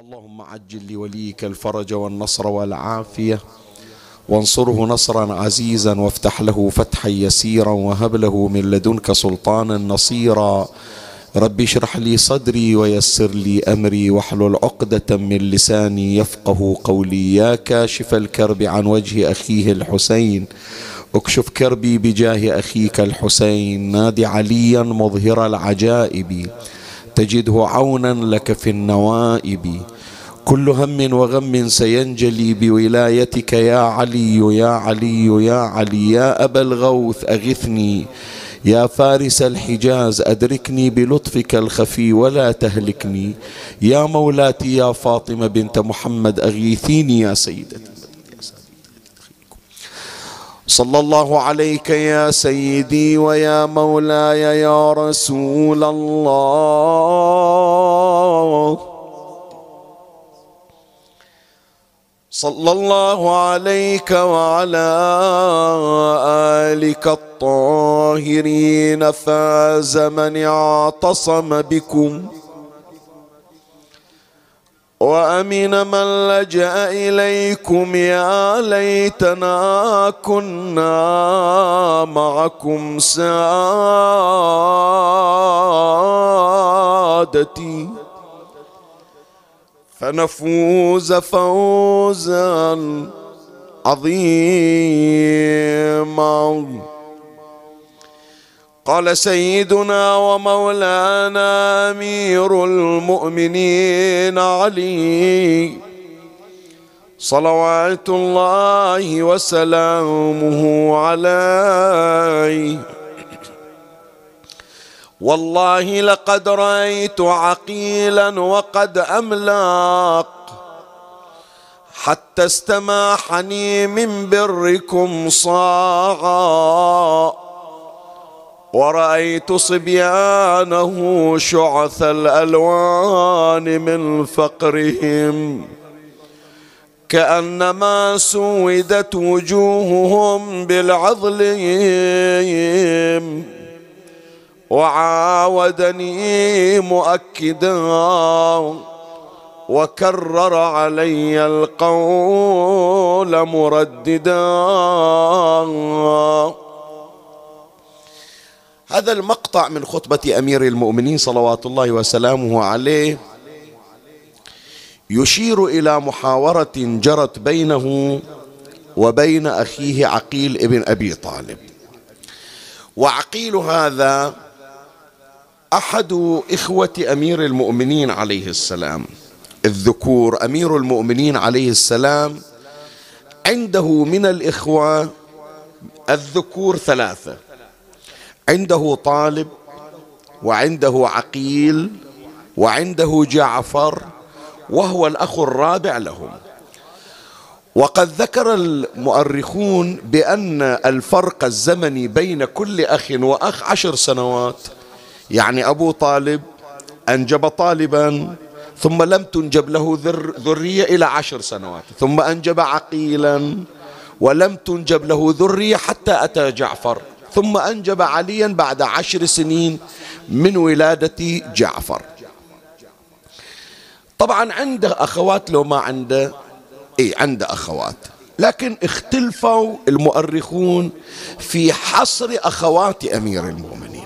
اللهم عجل لوليك الفرج والنصر والعافية، وانصره نصرا عزيزا، وافتح له فتحا يسيرا، وهب له من لدنك سلطانا نصيرا. ربي اشرح لي صدري ويسر لي أمري، واحلل عقدة من لساني يفقه قولي. يا كاشف الكرب عن وجه أخيه الحسين، اكشف كربي بجاه أخيك الحسين. نادي عليا مظهر العجائب، تجده عونا لك في النوائب. كل هم وغم سينجلي بولايتك يا علي يا علي يا علي. يا أبا الغوث أغثني، يا فارس الحجاز أدركني بلطفك الخفي ولا تهلكني. يا مولاتي يا فاطمة بنت محمد أغيثيني يا سيدتي. صلى الله عليك يا سيدي ويا مولاي يا رسول الله. صلى الله عليك وعلى آلك الطاهرين. فاز من اعتصم بكم، وأمن من لجأ إليكم. يا ليتنا كنا معكم سادتي، فنفوز فوزا عظيما. قال سيدنا ومولانا أمير المؤمنين علي صلوات الله وسلامه عليه: والله لقد رأيت عقيلا وقد أملاق، حتى استماحني من بركم صاعا، ورأيت صبيانه شعث الألوان من فقرهم، كأنما سودت وجوههم بالعضل. وعاودني مؤكدا وكرر علي القول مرددا. هذا المقطع من خطبة أمير المؤمنين صلوات الله وسلامه عليه يشير إلى محاورة جرت بينه وبين أخيه عقيل ابن أبي طالب. وعقيل هذا أحد إخوة أمير المؤمنين عليه السلام الذكور. أمير المؤمنين عليه السلام عنده من الإخوة الذكور ثلاثة: عنده طالب، وعنده عقيل، وعنده جعفر، وهو الأخ الرابع لهم. وقد ذكر المؤرخون بأن الفرق الزمني بين كل أخ وأخ 10 سنوات. يعني أبو طالب أنجب طالبا ثم لم تنجب له ذرية إلى 10 سنوات، ثم أنجب عقيلا ولم تنجب له ذرية حتى أتى جعفر، ثم أنجب عليا بعد 10 سنين من ولادة جعفر. طبعا عنده أخوات، لو ما عنده عنده أخوات، لكن اختلفوا المؤرخون في حصر أخوات أمير المؤمنين.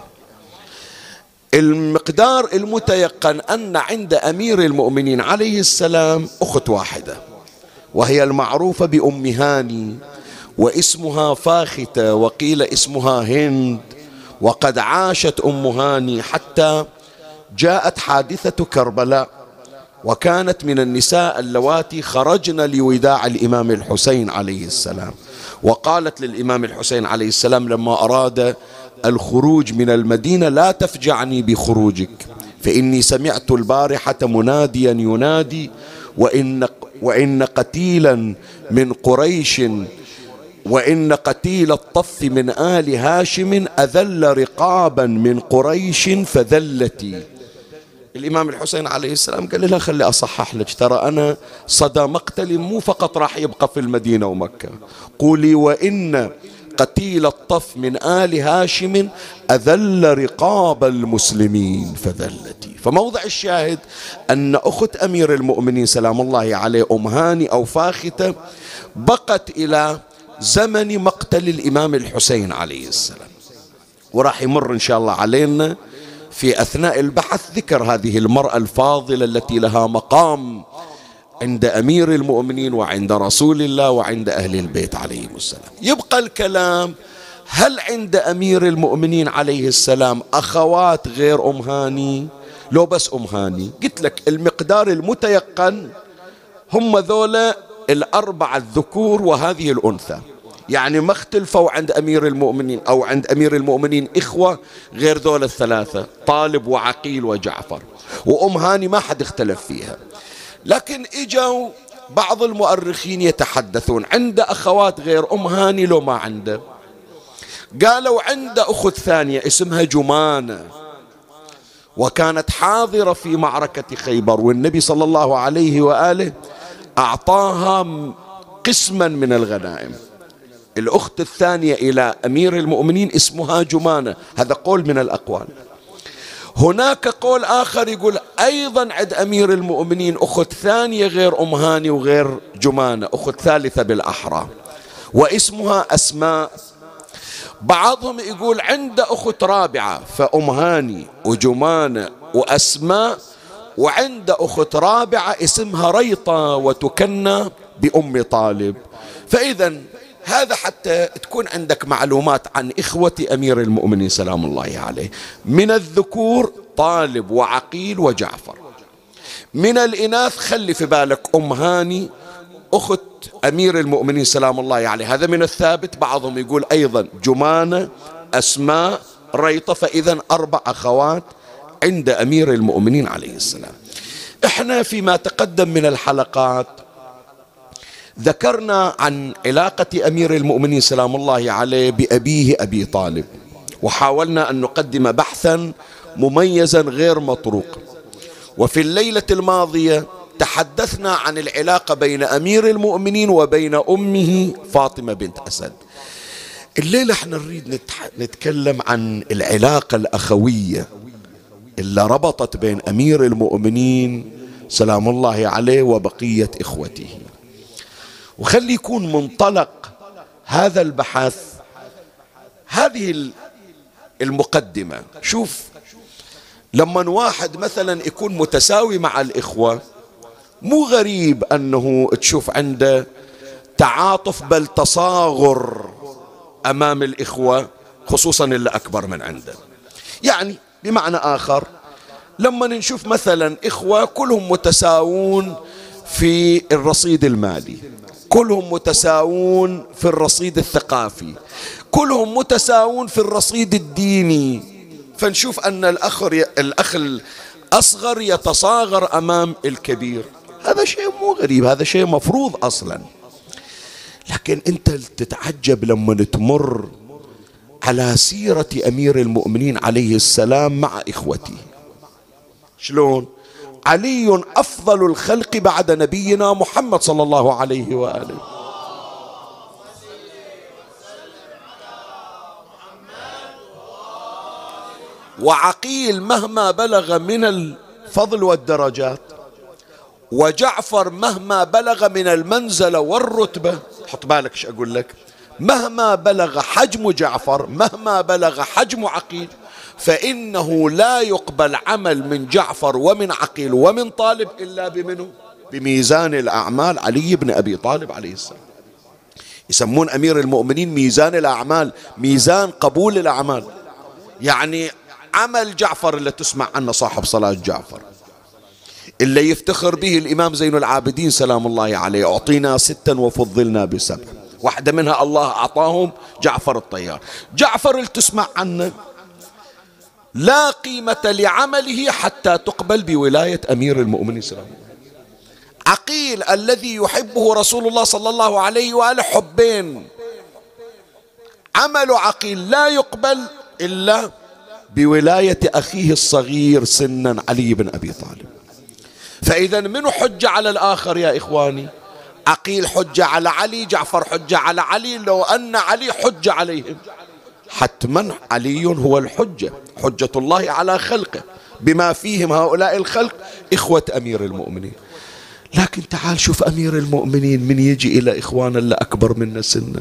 المقدار المتيقن أن عند أمير المؤمنين عليه السلام أخت واحدة، وهي المعروفة بأم هاني، واسمها فاختة، وقيل اسمها هند. وقد عاشت أم هاني حتى جاءت حادثة كربلاء، وكانت من النساء اللواتي خرجن لوداع الإمام الحسين عليه السلام. وقالت للإمام الحسين عليه السلام لما أراد الخروج من المدينة: لا تفجعني بخروجك، فإني سمعت البارحة مناديا ينادي: وإن قتيلا من قريش، وإن قتيل الطف من آل هاشم أذل رقابا من قريش فذلتي. الإمام الحسين عليه السلام قال لها: خلي أصحح لك، ترى أنا صدى مقتل مو فقط راح يبقى في المدينة ومكة، قولي وإن قتيل الطف من آل هاشم أذل رقاب المسلمين فذلتي. فموضع الشاهد أن أخت أمير المؤمنين سلام الله عليه أم هاني أو فاختة بقت إلى زمن مقتل الإمام الحسين عليه السلام، وراح يمر إن شاء الله علينا في أثناء البحث ذكر هذه المرأة الفاضلة التي لها مقام عند أمير المؤمنين وعند رسول الله وعند أهل البيت عليهم السلام. يبقى الكلام، هل عند أمير المؤمنين عليه السلام أخوات غير أم هاني؟ لو بس أم هاني قلت لك المقدار المتيقن هم ذولا الأربعة الذكور وهذه الأنثى، يعني ما اختلفوا عند أمير المؤمنين أو عند أمير المؤمنين إخوة غير ذولا الثلاثة، طالب وعقيل وجعفر، وأم هاني ما حد اختلف فيها. لكن اجوا بعض المؤرخين يتحدثون عنده أخوات غير أم هاني لو ما عنده؟ قالوا عنده أخت ثانية اسمها جمانة، وكانت حاضرة في معركة خيبر، والنبي صلى الله عليه وآله أعطاها قسما من الغنائم. الأخت الثانية إلى أمير المؤمنين اسمها جمانة، هذا قول من الأقوال. هناك قول آخر يقول أيضا عند أمير المؤمنين أخت ثانية غير أم هاني وغير جمانة، أخت ثالثة بالأحرى واسمها أسماء. بعضهم يقول عنده أخت رابعة، فأم هاني وجمانة وأسماء، وعنده أخت رابعة اسمها ريطة وتكنى بأم طالب. فإذا هذا حتى تكون عندك معلومات عن إخوة أمير المؤمنين سلام الله عليه. من الذكور طالب وعقيل وجعفر، من الإناث خلي في بالك أم هاني أخت أمير المؤمنين سلام الله عليه، هذا من الثابت. بعضهم يقول أيضا جمانة أسماء ريطة، فإذا 4 أخوات عند أمير المؤمنين عليه السلام. إحنا فيما تقدم من الحلقات ذكرنا عن علاقة أمير المؤمنين سلام الله عليه بأبيه أبي طالب، وحاولنا أن نقدم بحثا مميزا غير مطروق. وفي الليلة الماضية تحدثنا عن العلاقة بين أمير المؤمنين وبين أمه فاطمة بنت أسد. الليلة احنا نريد نتكلم عن العلاقة الأخوية اللي ربطت بين أمير المؤمنين سلام الله عليه وبقية إخوته، وخلي يكون منطلق هذا البحث هذه المقدمة. شوف، لما واحد مثلا يكون متساوي مع الإخوة مو غريب أنه تشوف عنده تعاطف بل تصاغر أمام الإخوة، خصوصا اللي أكبر من عنده. يعني بمعنى آخر، لما نشوف مثلا إخوة كلهم متساوون في الرصيد المالي، كلهم متساوون في الرصيد الثقافي، كلهم متساوون في الرصيد الديني، فنشوف أن الأخ الأصغر يتصاغر أمام الكبير. هذا شيء مو غريب، هذا شيء مفروض أصلا. لكن أنت تتعجب لما تمر على سيرة أمير المؤمنين عليه السلام مع إخوته. شلون؟ علي أفضل الخلق بعد نبينا محمد صلى الله عليه وآله، وعقيل مهما بلغ من الفضل والدرجات، وجعفر مهما بلغ من المنزلة والرتبة. حط بالك ايش أقول لك، مهما بلغ حجم جعفر، مهما بلغ حجم عقيل، فإنه لا يقبل عمل من جعفر ومن عقيل ومن طالب إلا بمنه؟ بميزان الأعمال علي بن أبي طالب عليه السلام. يسمون أمير المؤمنين ميزان الأعمال، ميزان قبول الأعمال. يعني عمل جعفر اللي تسمع عنه صاحب صلاة جعفر، اللي يفتخر به الإمام زين العابدين سلام الله عليه، أعطينا 6 وفضلنا ب7، واحدة منها الله أعطاهم جعفر الطيار. جعفر اللي تسمع عنه لا قيمة لعمله حتى تقبل بولاية أمير المؤمنين سلام الله. عقيل الذي يحبه رسول الله صلى الله عليه وآله حبين، عمل عقيل لا يقبل إلا بولاية أخيه الصغير سنا علي بن أبي طالب. فإذا منه حجة على الآخر يا إخواني؟ عقيل حجة على علي، جعفر حجة على علي، لو أن علي حجة عليهم. حتما علي هو الحجة، حجة الله على خلقه، بما فيهم هؤلاء الخلق إخوة أمير المؤمنين. لكن تعال شوف أمير المؤمنين من يجي إلى إخوانا اللي أكبر منا سنا،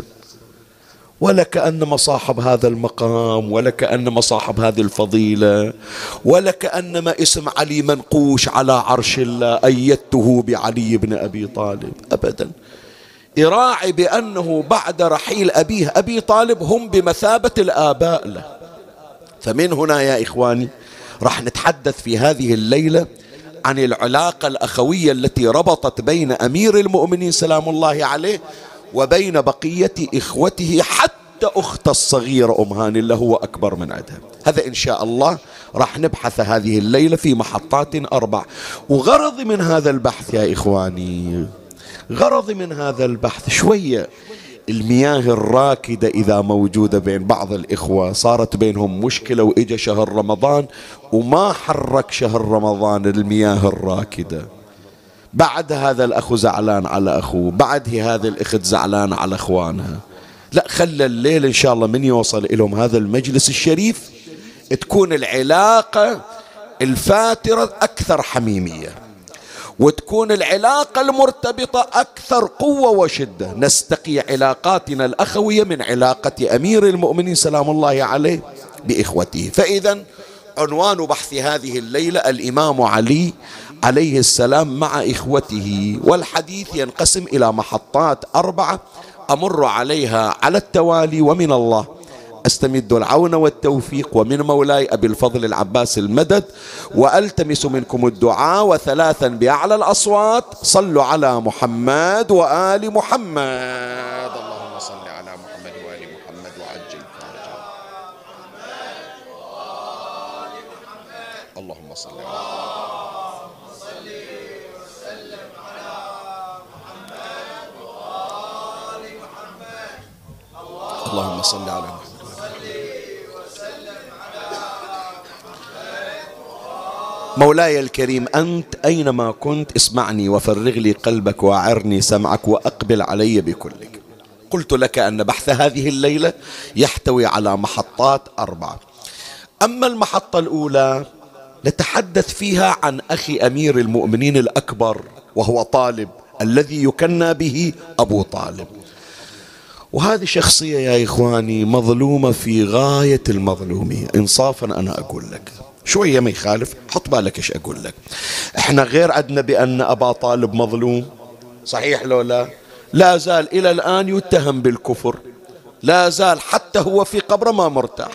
ولا كأنما صاحب هذا المقام، ولا كأنما صاحب هذه الفضيلة، ولا كأنما اسم علي منقوش على عرش الله، أيدته بعلي بن أبي طالب، أبدا. يراعي بأنه بعد رحيل أبيه أبي طالب هم بمثابة الآباء له. فمن هنا يا إخواني راح نتحدث في هذه الليلة عن العلاقة الأخوية التي ربطت بين أمير المؤمنين سلام الله عليه وبين بقية إخوته، حتى أخت الصغيرة أم هاني اللي هو أكبر من عندها. هذا إن شاء الله راح نبحث هذه الليلة في محطات 4. وغرضي من هذا البحث يا إخواني، غرضي من هذا البحث شوية المياه الراكدة إذا موجودة بين بعض الإخوة، صارت بينهم مشكلة وإجا شهر رمضان وما حرك شهر رمضان المياه الراكدة. بعد هذا الأخ زعلان على أخوه، بعد هذا الأخت زعلان على أخوانها. لا، خلى الليل إن شاء الله من يوصل إلهم هذا المجلس الشريف تكون العلاقة الفاترة أكثر حميمية، وتكون العلاقة المرتبطة أكثر قوة وشدة. نستقي علاقاتنا الأخوية من علاقة أمير المؤمنين سلام الله عليه بإخوته. فإذا عنوان بحث هذه الليلة الإمام علي عليه السلام مع إخوته، والحديث ينقسم إلى محطات 4 أمر عليها على التوالي، ومن الله أستمد العون والتوفيق، ومن مولاي أبي الفضل العباس المدد، وألتمس منكم الدعاء. وثلاثا بأعلى الأصوات صلوا على محمد وآل محمد. اللهم صل على محمد وآل محمد وعجل فرجهم. اللهم صل على اللهم صل على محمد. مولاي الكريم، أنت أينما كنت اسمعني وفرغ لي قلبك وأعرني سمعك وأقبل علي بكلك. قلت لك أن بحث هذه الليلة يحتوي على محطات 4. أما المحطة الأولى نتحدث فيها عن أخي أمير المؤمنين الأكبر، وهو طالب الذي يكنى به أبو طالب. وهذه شخصية يا إخواني مظلومة في غاية المظلومية. إنصافا أنا أقول لك شوية ما يخالف، حط بالك إيش أقول لك. إحنا غير عدنا بأن أبا طالب مظلوم، صحيح لو لا؟ لا زال إلى الآن يتهم بالكفر، لا زال حتى هو في قبره ما مرتاح.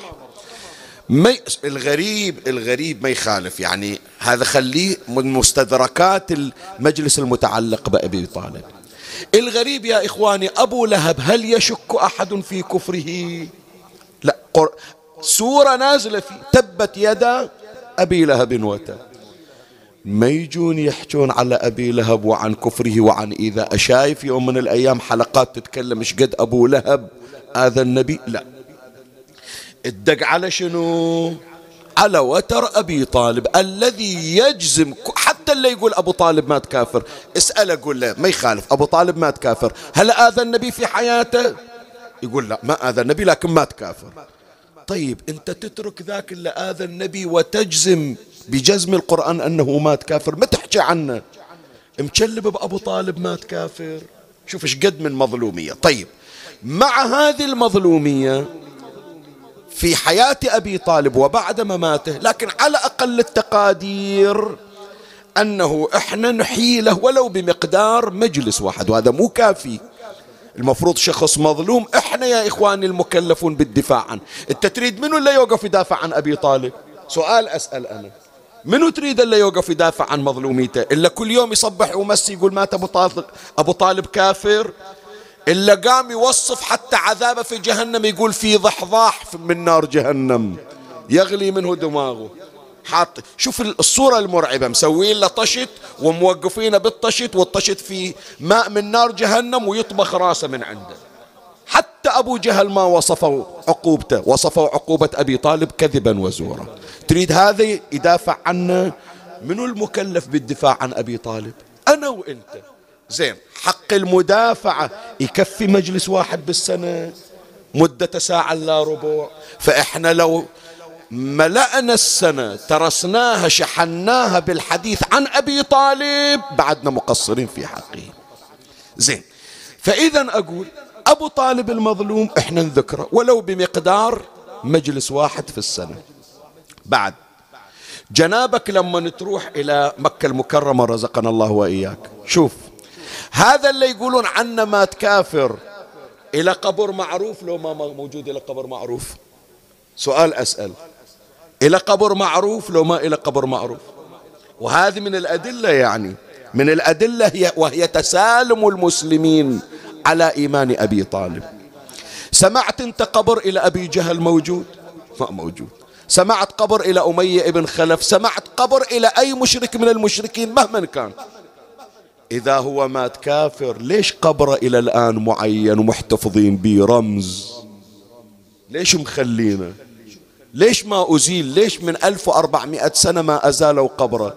الغريب ما يخالف، يعني هذا خليه من مستدركات المجلس المتعلق بأبي طالب. الغريب يا إخواني أبو لهب، هل يشك أحد في كفره؟ لا، سورة نازلة في تبت يدا أبي لهب وتب. ما يجون يحجون على أبي لهب وعن كفره وعن إيذاء. شايف يوم من الأيام حلقات تتكلم إيش قد أبو لهب آذى النبي؟ لا، الدق على شنو؟ على وتر أبي طالب الذي يجزم. حتى اللي يقول أبو طالب مات كافر، اسأله قول له ما يخالف أبو طالب مات كافر، هل آذى النبي في حياته؟ يقول لا ما آذى النبي لكن مات كافر. طيب أنت تترك ذاك اللي آذى النبي وتجزم بجزم القرآن أنه مات كافر، ما تحكي عنه، مكلب بأبو طالب مات كافر. شوف ايش قد من مظلومية. طيب مع هذه المظلومية في حياة أبي طالب وبعد مماته، لكن على أقل التقادير أنه إحنا نحيي له ولو بمقدار مجلس واحد، وهذا مو كافي. المفروض شخص مظلوم إحنا يا إخواني المكلفون بالدفاع عنه. أنت تريد منو اللي يوقف يدافع عن أبي طالب؟ سؤال أسأل أنا، منو تريد اللي يوقف يدافع عن مظلوميته؟ إلا كل يوم يصبح ومسي يقول مات أبو طالب كافر، إلا قام يوصف حتى عذابه في جهنم، يقول في ضحضاح من نار جهنم يغلي منه دماغه. حاط شوف الصورة المرعبة، مسوين له طشت وموقفينه بالطشت، والطشت فيه ماء من نار جهنم ويطبخ راسه من عنده. حتى أبو جهل ما وصفوا عقوبته، وصفوا عقوبة أبي طالب كذبا وزورا. تريد هذا يدافع عنه؟ منو المكلف بالدفاع عن أبي طالب؟ أنا وإنت. زين، حق المدافعة يكفي مجلس واحد بالسنة مدة ساعة إلا ربع. فإحنا لو ملأنا السنة ترسناها شحناها بالحديث عن أبي طالب بعدنا مقصرين في حقه. زين، فإذا أقول أبو طالب المظلوم إحنا نذكره ولو بمقدار مجلس واحد في السنة. بعد جنابك لما تروح إلى مكة المكرمة رزقنا الله وإياك، شوف هذا اللي يقولون عنه مات كافر، إلى قبر معروف لو ما موجود إلى قبر معروف؟ سؤال أسأل، إلى قبر معروف لو ما إلى قبر معروف؟ وهذه من الأدلة، يعني من الأدلة وهي تسالم المسلمين على إيمان أبي طالب. سمعت أنت قبر إلى أبي جهل موجود؟ ما موجود. سمعت قبر إلى أمية ابن خلف؟ سمعت قبر إلى أي مشرك من المشركين مهما كان؟ إذا هو مات كافر ليش قبره إلى الآن معين ومحتفظين به رمز؟ ليش مخلينه؟ ليش ما أزيل؟ ليش من 1400 سنة ما أزالوا قبره؟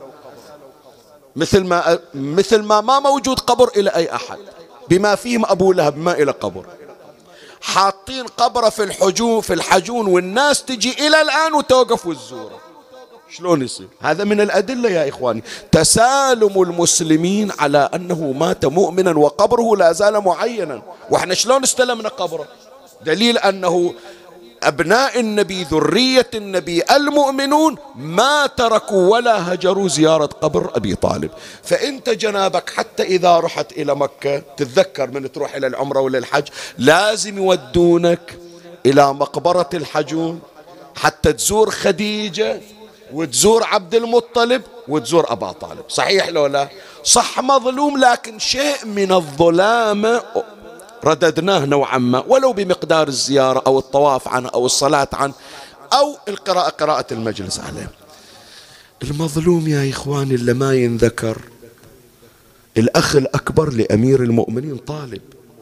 مثل ما موجود قبر إلى أي أحد، بما فيهم أبو لهب ما إلى قبر، حاطين قبره في الحجون والناس تجي إلى الآن وتوقف والزوره. شلون يصير؟ هذا من الأدلة يا إخواني، تسالم المسلمين على أنه مات مؤمنا وقبره لا زال معينا. وإحنا شلون استلمنا قبره؟ دليل أنه أبناء النبي ذرية النبي المؤمنون ما تركوا ولا هجروا زيارة قبر أبي طالب. فأنت جنابك حتى إذا رحت إلى مكة، تتذكر من تروح إلى العمرة ولا الحج لازم يودونك إلى مقبرة الحجون حتى تزور خديجة وتزور عبد المطلب وتزور أبا طالب. صحيح لو لا؟ صح مظلوم، لكن شيء من الظلام رددناه نوعا ما ولو بمقدار الزيارة أو الطواف عنه أو الصلاة عنه أو قراءة المجلس عليه. المظلوم يا إخواني اللي ما ينذكر الأخ الأكبر لأمير المؤمنين طالب.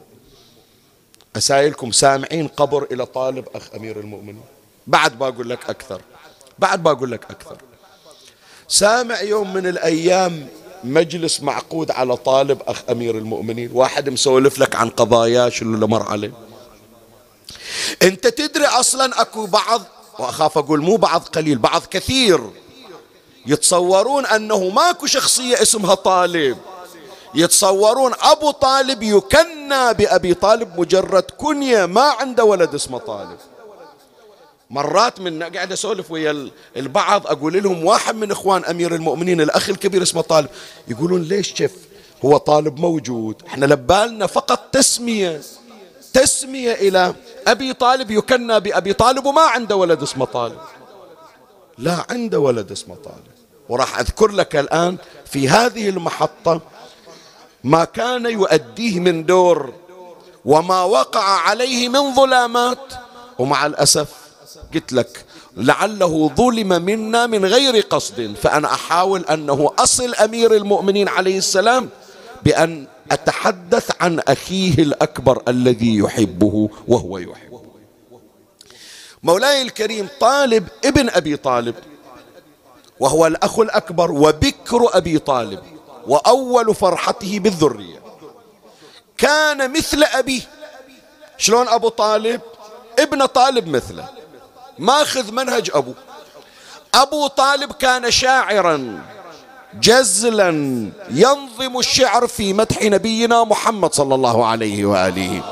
أسائلكم سامعين قبر إلى طالب أخ أمير المؤمنين؟ بعد بقول لك أكثر. سامع يوم من الأيام مجلس معقود على طالب أخ أمير المؤمنين، واحد مسولف لك عن قضايا شنو اللي مر عليه؟ أنت تدري أصلا أكو بعض، وأخاف أقول مو بعض قليل، بعض كثير يتصورون أنه ماكو شخصية اسمها طالب، يتصورون أبو طالب يكنى بأبي طالب مجرد كنية، ما عنده ولد اسمه طالب. مرات من قاعد أسولف ويا البعض أقول لهم واحد من إخوان أمير المؤمنين الأخ الكبير اسمه طالب، يقولون ليش كيف هو طالب موجود؟ احنا لبالنا فقط تسمية إلى أبي طالب، يكنى بأبي طالب وما عنده ولد اسمه طالب. لا، عنده ولد اسمه طالب. وراح أذكر لك الآن في هذه المحطة ما كان يؤديه من دور وما وقع عليه من ظلامات. ومع الأسف قلت لك لعله ظلم منا من غير قصد، فأنا أحاول أنه أصل أمير المؤمنين عليه السلام بأن أتحدث عن أخيه الأكبر الذي يحبه وهو يحبه. مولاي الكريم طالب ابن أبي طالب، وهو الأخ الأكبر وبكر أبي طالب وأول فرحته بالذرية، كان مثل أبيه. شلون أبو طالب؟ ابن طالب مثله، ماخذ منهج أبو طالب كان شاعرا جزلا ينظم الشعر في مدح نبينا محمد صلى الله عليه وآله.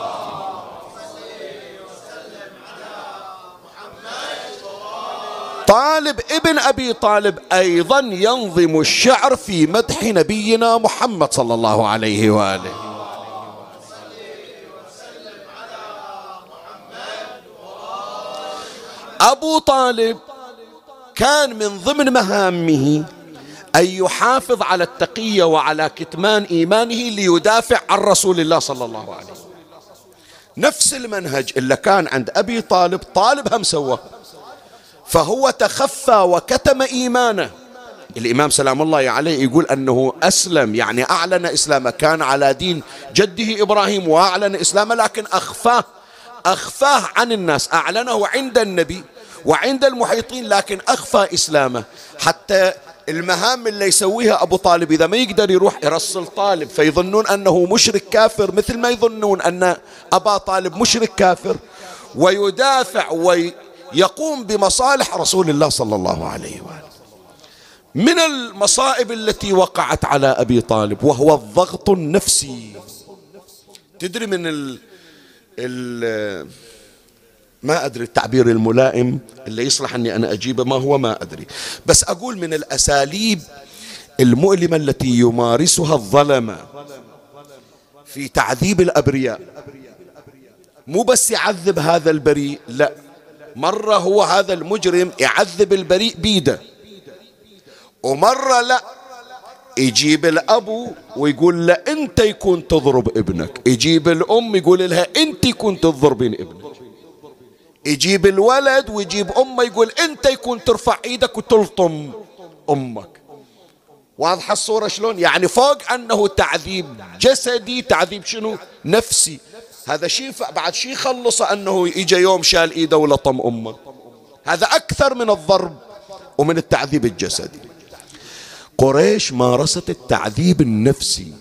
طالب ابن أبي طالب أيضا ينظم الشعر في مدح نبينا محمد صلى الله عليه وآله. أبو طالب كان من ضمن مهامه أن يحافظ على التقية وعلى كتمان إيمانه ليدافع عن رسول الله صلى الله عليه وسلم. نفس المنهج اللي كان عند أبي طالب، طالب هم سواه، فهو تخفى وكتم إيمانه. الإمام سلام الله عليه يقول أنه أسلم، يعني أعلن إسلامه، كان على دين جده إبراهيم وأعلن إسلامه، لكن أخفاه عن الناس، أعلنه عند النبي وعند المحيطين لكن أخفى إسلامه حتى المهام اللي يسويها أبو طالب إذا ما يقدر يروح يرسل طالب فيظنون أنه مشرك كافر، مثل ما يظنون أن أبا طالب مشرك كافر، ويدافع ويقوم بمصالح رسول الله صلى الله عليه وآله. من المصائب التي وقعت على أبي طالب وهو الضغط النفسي. تدري من ما أدري التعبير الملائم اللي يصلح أني أنا أجيبه ما هو، ما أدري، بس أقول من الأساليب المؤلمة التي يمارسها الظلمة في تعذيب الأبرياء. مو بس يعذب هذا البريء، لا، مرة هو هذا المجرم يعذب البريء بيده، ومرة لا، يجيب الأبو ويقول له أنت يكون تضرب ابنك، يجيب الأم يقول لها أنت يكون تضربين ابنك، يجيب الولد ويجيب أمه يقول أنت يكون ترفع إيدك وتلطم أمك. واضحة الصورة شلون؟ يعني فوق أنه تعذيب جسدي، تعذيب شنو؟ نفسي. هذا شيء بعد شيء خلص أنه إجا يوم شال إيده ولطم أمه. هذا أكثر من الضرب ومن التعذيب الجسدي. قريش مارست التعذيب النفسي.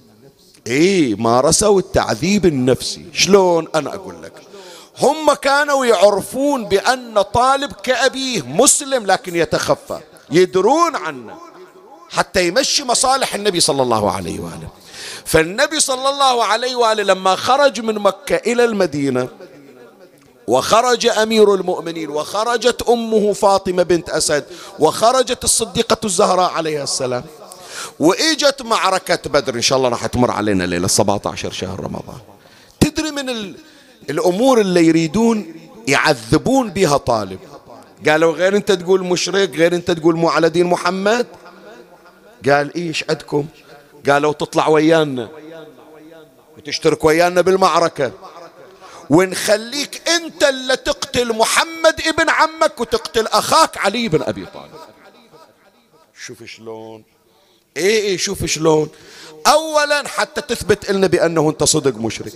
مارسوا التعذيب النفسي. شلون؟ أنا أقول لك. هم كانوا يعرفون بأن طالب كأبيه مسلم لكن يتخفى، يدرون عنه حتى يمشي مصالح النبي صلى الله عليه وآله. فالنبي صلى الله عليه وآله لما خرج من مكة إلى المدينة، وخرج أمير المؤمنين، وخرجت أمه فاطمة بنت أسد، وخرجت الصديقة الزهراء عليها السلام، وإجت معركة بدر إن شاء الله راح تمر علينا ليلة 17 شهر رمضان. تدري من الأمور اللي يريدون يعذبون بها طالب؟ قالوا غير أنت تقول مشرك، غير أنت تقول مو على دين محمد. قال إيش عندكم؟ قالوا تطلع ويانا وتشترك ويانا بالمعركة، ونخليك أنت اللي تقتل محمد ابن عمك وتقتل أخاك علي بن أبي طالب. شوف شلون. شوف شلون. أولا حتى تثبت لنا بأنه أنت صدق مشرك.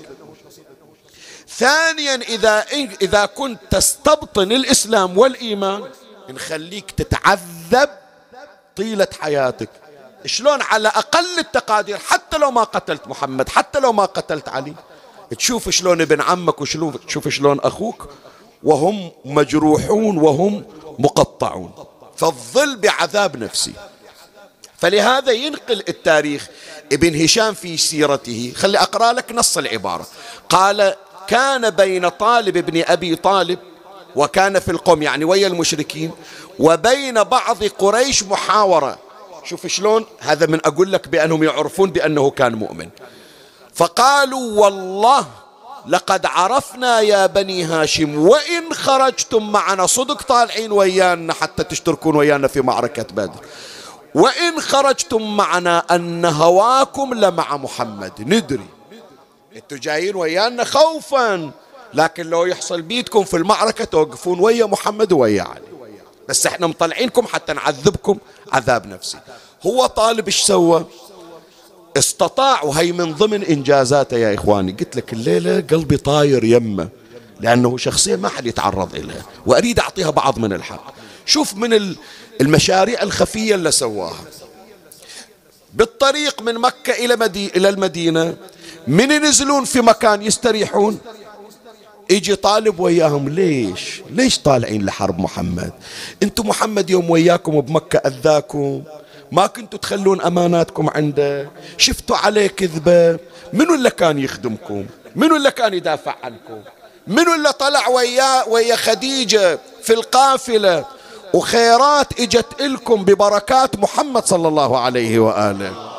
ثانيا إذا كنت تستبطن الإسلام والإيمان نخليك تتعذب طيلة حياتك. شلون؟ على أقل التقادير حتى لو ما قتلت محمد، حتى لو ما قتلت علي، تشوف شلون ابن عمك وتشوف شلون أخوك وهم مجروحون وهم مقطعون، فالظل بعذاب نفسي. فلهذا ينقل التاريخ ابن هشام في سيرته، خلي أقرأ لك نص العبارة. قال: كان بين طالب بن أبي طالب، وكان في القوم يعني ويا المشركين، وبين بعض قريش محاورة. شوف شلون هذا، من أقول لك بأنهم يعرفون بأنه كان مؤمن. فقالوا: والله لقد عرفنا يا بني هاشم وإن خرجتم معنا، صدق طالعين ويانا حتى تشتركون ويانا في معركة بدر، وإن خرجتم معنا أن هواكم لمع محمد. ندري انتوا جايين ويانا خوفا، لكن لو يحصل بيدكم في المعركة توقفون ويا محمد ويا علي، بس احنا مطلعينكم حتى نعذبكم عذاب نفسي. هو طالب ايش سوى؟ استطاع، وهي من ضمن انجازاته يا اخواني، قلت لك الليلة قلبي طاير يمه لانه شخصية ما حد يتعرض اليها، واريد اعطيها بعض من الحق. شوف من المشاريع الخفية اللي سواها. بالطريق من مكة إلى المدينة، من ينزلون في مكان يستريحون يجي طالب وياهم. ليش طالعين لحرب محمد؟ انتم محمد يوم وياكم بمكة أذاكم، ما كنتوا تخلون أماناتكم عنده، شفتوا عليه كذبة. منو اللي كان يخدمكم؟ منو اللي كان يدافع عنكم؟ منو اللي طلع ويا خديجة في القافلة وخيرات اجت لكم ببركات محمد صلى الله عليه وآله؟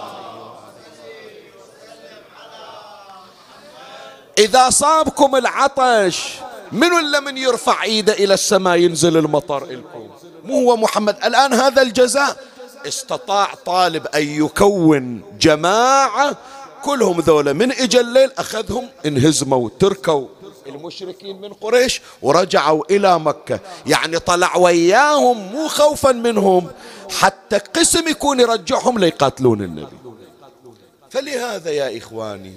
إذا صابكم العطش منو اللي من يرفع ايده إلى السماء ينزل المطر لكم؟ مو هو محمد؟ الآن هذا الجزاء. استطاع طالب أن يكون جماعة كلهم ذولا، من إجا الليل أخذهم انهزموا، تركوا المشركين من قريش ورجعوا إلى مكة. يعني طلع وياهم مو خوفا منهم، حتى قسم يكون يرجعهم ليقاتلون النبي. فلهذا يا إخواني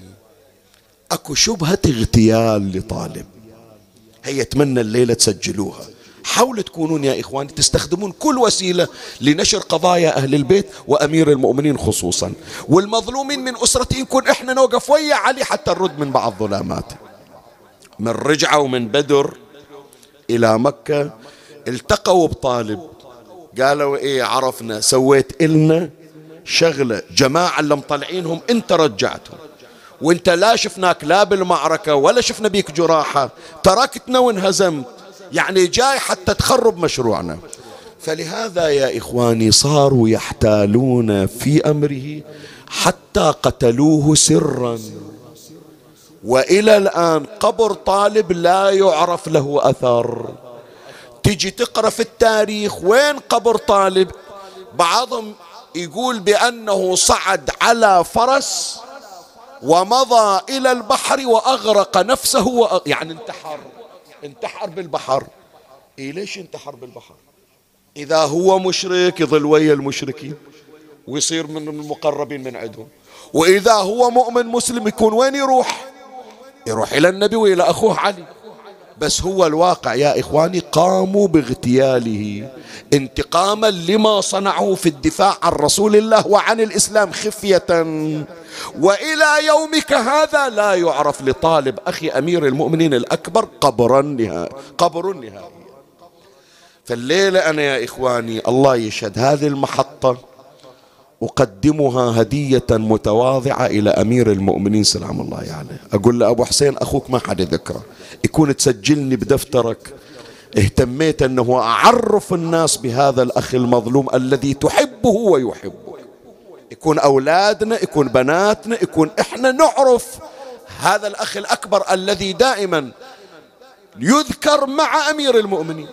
أكو شبهة اغتيال لطالب، هي أتمنى الليلة تسجلوها. حاولوا تكونون يا إخواني تستخدمون كل وسيلة لنشر قضايا أهل البيت وأمير المؤمنين خصوصا، والمظلومين من أسرته يكون إحنا نوقف ويا علي حتى نرد من بعض ظلامات. من رجعوا من بدر إلى مكة التقوا بطالب، قالوا إيه عرفنا سويت إلنا شغلة، جماعة اللي مطلعينهم أنت رجعتهم، وانت لا شفناك لا بالمعركة ولا شفنا بيك جراحة، تركتنا وانهزمت، يعني جاي حتى تخرب مشروعنا. فلهذا يا إخواني صاروا يحتالون في أمره حتى قتلوه سرا، وإلى الآن قبر طالب لا يعرف له أثر. تجي تقرأ في التاريخ وين قبر طالب، بعضهم يقول بأنه صعد على فرس ومضى إلى البحر وأغرق نفسه يعني انتحر بالبحر. إيه ليش انتحر بالبحر؟ إذا هو مشرك يظل ويا المشركين ويصير من المقربين من عندهم، وإذا هو مؤمن مسلم يكون وين يروح إلى النبي وإلى أخوه علي. بس هو الواقع يا إخواني قاموا باغتياله انتقاما لما صنعوا في الدفاع عن رسول الله وعن الإسلام خفية، وإلى يومك هذا لا يعرف لطالب أخي أمير المؤمنين الأكبر قبر النهائي. فالليلة أنا يا إخواني الله يشهد هذه المحطة أقدمها هدية متواضعة إلى أمير المؤمنين سلام الله عليه. أقول لأبو حسين أخوك ما حد ذكره، يكون تسجلني بدفترك، اهتميت أنه أعرف الناس بهذا الأخ المظلوم الذي تحبه ويحبه، يكون أولادنا يكون بناتنا يكون إحنا نعرف هذا الأخ الأكبر الذي دائما يذكر مع أمير المؤمنين.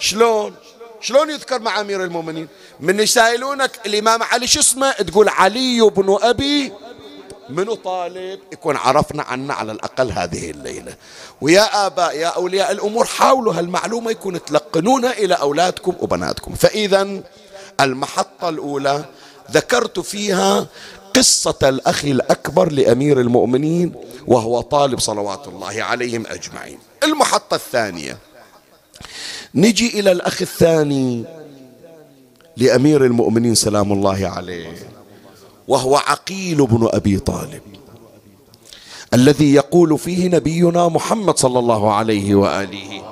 شلون يذكر مع أمير المؤمنين؟ من يسائلونك الإمام علي شو اسمه تقول علي بن أبي منو طالب، يكون عرفنا عنه على الأقل هذه الليلة. ويا آباء يا أولياء الأمور حاولوا هالمعلومة يكون تلقنونها إلى أولادكم وبناتكم. فإذا المحطة الأولى ذكرت فيها قصة الأخ الأكبر لأمير المؤمنين وهو طالب صلوات الله عليهم أجمعين. المحطة الثانية نجي إلى الأخ الثاني لأمير المؤمنين سلام الله عليه، وهو عقيل بن أبي طالب الذي يقول فيه نبينا محمد صلى الله عليه وآله